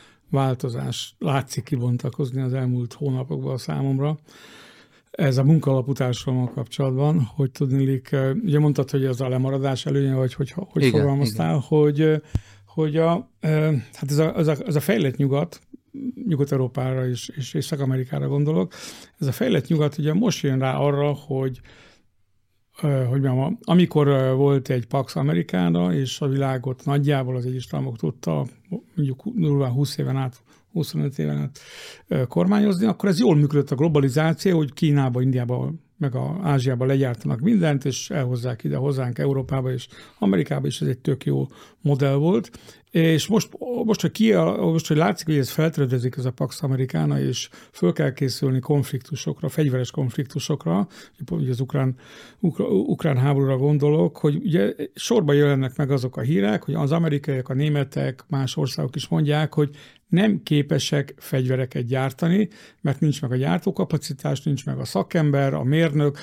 változás látszik kibontakozni az elmúlt hónapokban a számomra. Ez a munkalapú társadalommal kapcsolatban, hogy tudniillik, ugye mondtad, hogy ez a lemaradás előnye, vagy hogy, hogy igen, fogalmaztál, igen. hogy hogy a, hát ez a, ez, a, ez a fejlett nyugat, Nyugat-Európára és, és Észak-Amerikára gondolok, ez a fejlett nyugat ugye most jön rá arra, hogy, hogy mondjam, amikor volt egy Pax Americana, és a világot nagyjából az Egyesült Államok tudta mondjuk durván húsz éven át, huszonöt éven át kormányozni, akkor ez jól működött a globalizáció, hogy Kínába, Indiába, meg a Ázsiába legyártanak mindent, és elhozzák ide hozzánk Európába és Amerikába, és ez egy tök jó modell volt. És most, most, hogy, ki a, most, hogy látszik, hogy ez feltöredezik ez a Pax Americana, és föl kell készülni konfliktusokra, fegyveres konfliktusokra, ugye az ukrán, ukra, ukrán háborúra gondolok, hogy ugye sorban jelennek meg azok a hírek, hogy az amerikaiak, a németek, más országok is mondják, hogy nem képesek fegyvereket gyártani, mert nincs meg a gyártókapacitás, nincs meg a szakember, a mérnök,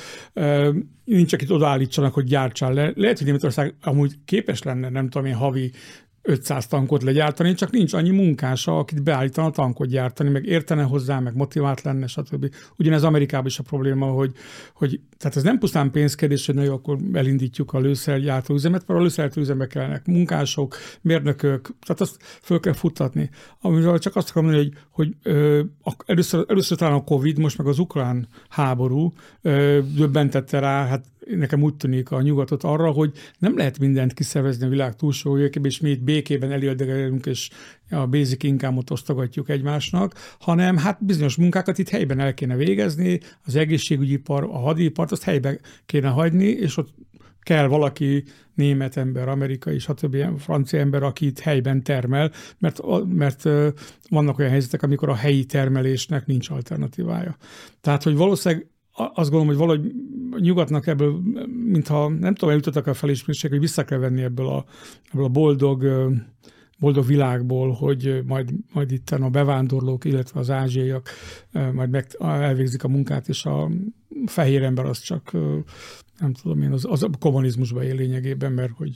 nincs, akit odaállítsanak, hogy gyártsál le. Lehet, hogy Németország amúgy képes lenne, nem tudom én, havi ötszáz tankot legyártani, csak nincs annyi munkása, akit beállítana a tankot gyártani, meg értene hozzá, meg motivált lenne, stb. Ugyanez Amerikában is a probléma, hogy, hogy tehát ez nem pusztán pénzkérdés, hogy na jó, akkor elindítjuk a lőszergyártó üzemet, mert a lőszergyártó üzembe kellenek munkások, mérnökök, tehát azt föl kell futtatni. Amivel csak azt akarom mondani, hogy, hogy ö, először, először talán a Covid, most meg az ukrán háború ö, döbbentette rá, hát nekem úgy tűnik a nyugatot arra, hogy nem lehet mindent kiszervezni a világ túlsó végében, és mi itt békében elérdegelünk, és a basic income-ot osztogatjuk egymásnak, hanem hát bizonyos munkákat itt helyben el kéne végezni, az egészségügyi ipar, a hadipart, azt helyben kéne hagyni, és ott kell valaki, német ember, amerikai, stb. Francia ember, aki itt helyben termel, mert, mert vannak olyan helyzetek, amikor a helyi termelésnek nincs alternatívája. Tehát, hogy valószínűleg azt gondolom, hogy valahogy nyugatnak ebből, mintha nem tudom, eljutottak a felismerések, hogy vissza kell venni ebből a, ebből a boldog, boldog világból, hogy majd, majd itt a bevándorlók, illetve az ázsiaiak majd meg, elvégzik a munkát, és a fehér ember az csak, nem tudom én, az, az a kommunizmusban él lényegében, mert hogy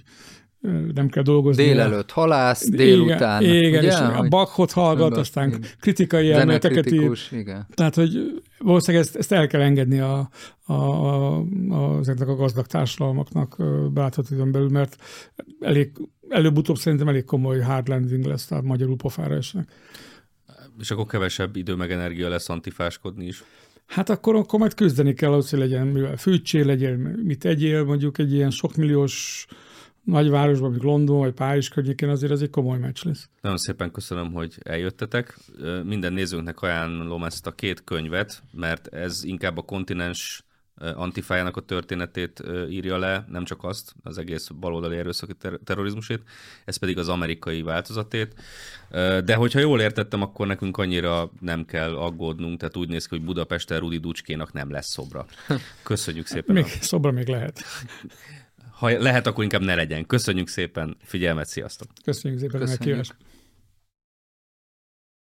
nem kell dolgozni. Délelőtt halász, délután. Igen, igen, ugye? és a Bachot hallgat, Önben, aztán igen. kritikai elméleteket ír. Tehát, hogy valószínűleg ezt, ezt el kell engedni a, a, a, a, ezeknek a gazdag társadalmaknak belátható időn belül, mert elég, előbb-utóbb szerintem elég komoly hard landing lesz, tehát magyarul pofára esnek. És akkor kevesebb idő meg energia lesz antifáskodni is. Hát akkor, akkor majd küzdeni kell ahhoz, hogy legyen, mivel fűtsél, legyen, mit egyél, mondjuk egy ilyen sokmilliós nagyvárosban, mint London vagy Párizs környékén, azért ez egy komoly meccs lesz. Nagyon szépen köszönöm, hogy eljöttetek. Minden nézőnknek ajánlom ezt a két könyvet, mert ez inkább a kontinens antifájának a történetét írja le, nem csak azt, az egész baloldali erőszaki ter- terrorizmusét, ez pedig az amerikai változatét. De hogyha jól értettem, akkor nekünk annyira nem kell aggódnunk, tehát úgy néz ki, hogy Budapesten Rudi Ducskénak nem lesz szobra. Köszönjük szépen. Még a... szobra még lehet. Ha lehet, akkor inkább ne legyen. Köszönjük szépen, figyelmet, sziasztok! Köszönjük szépen a meghívást!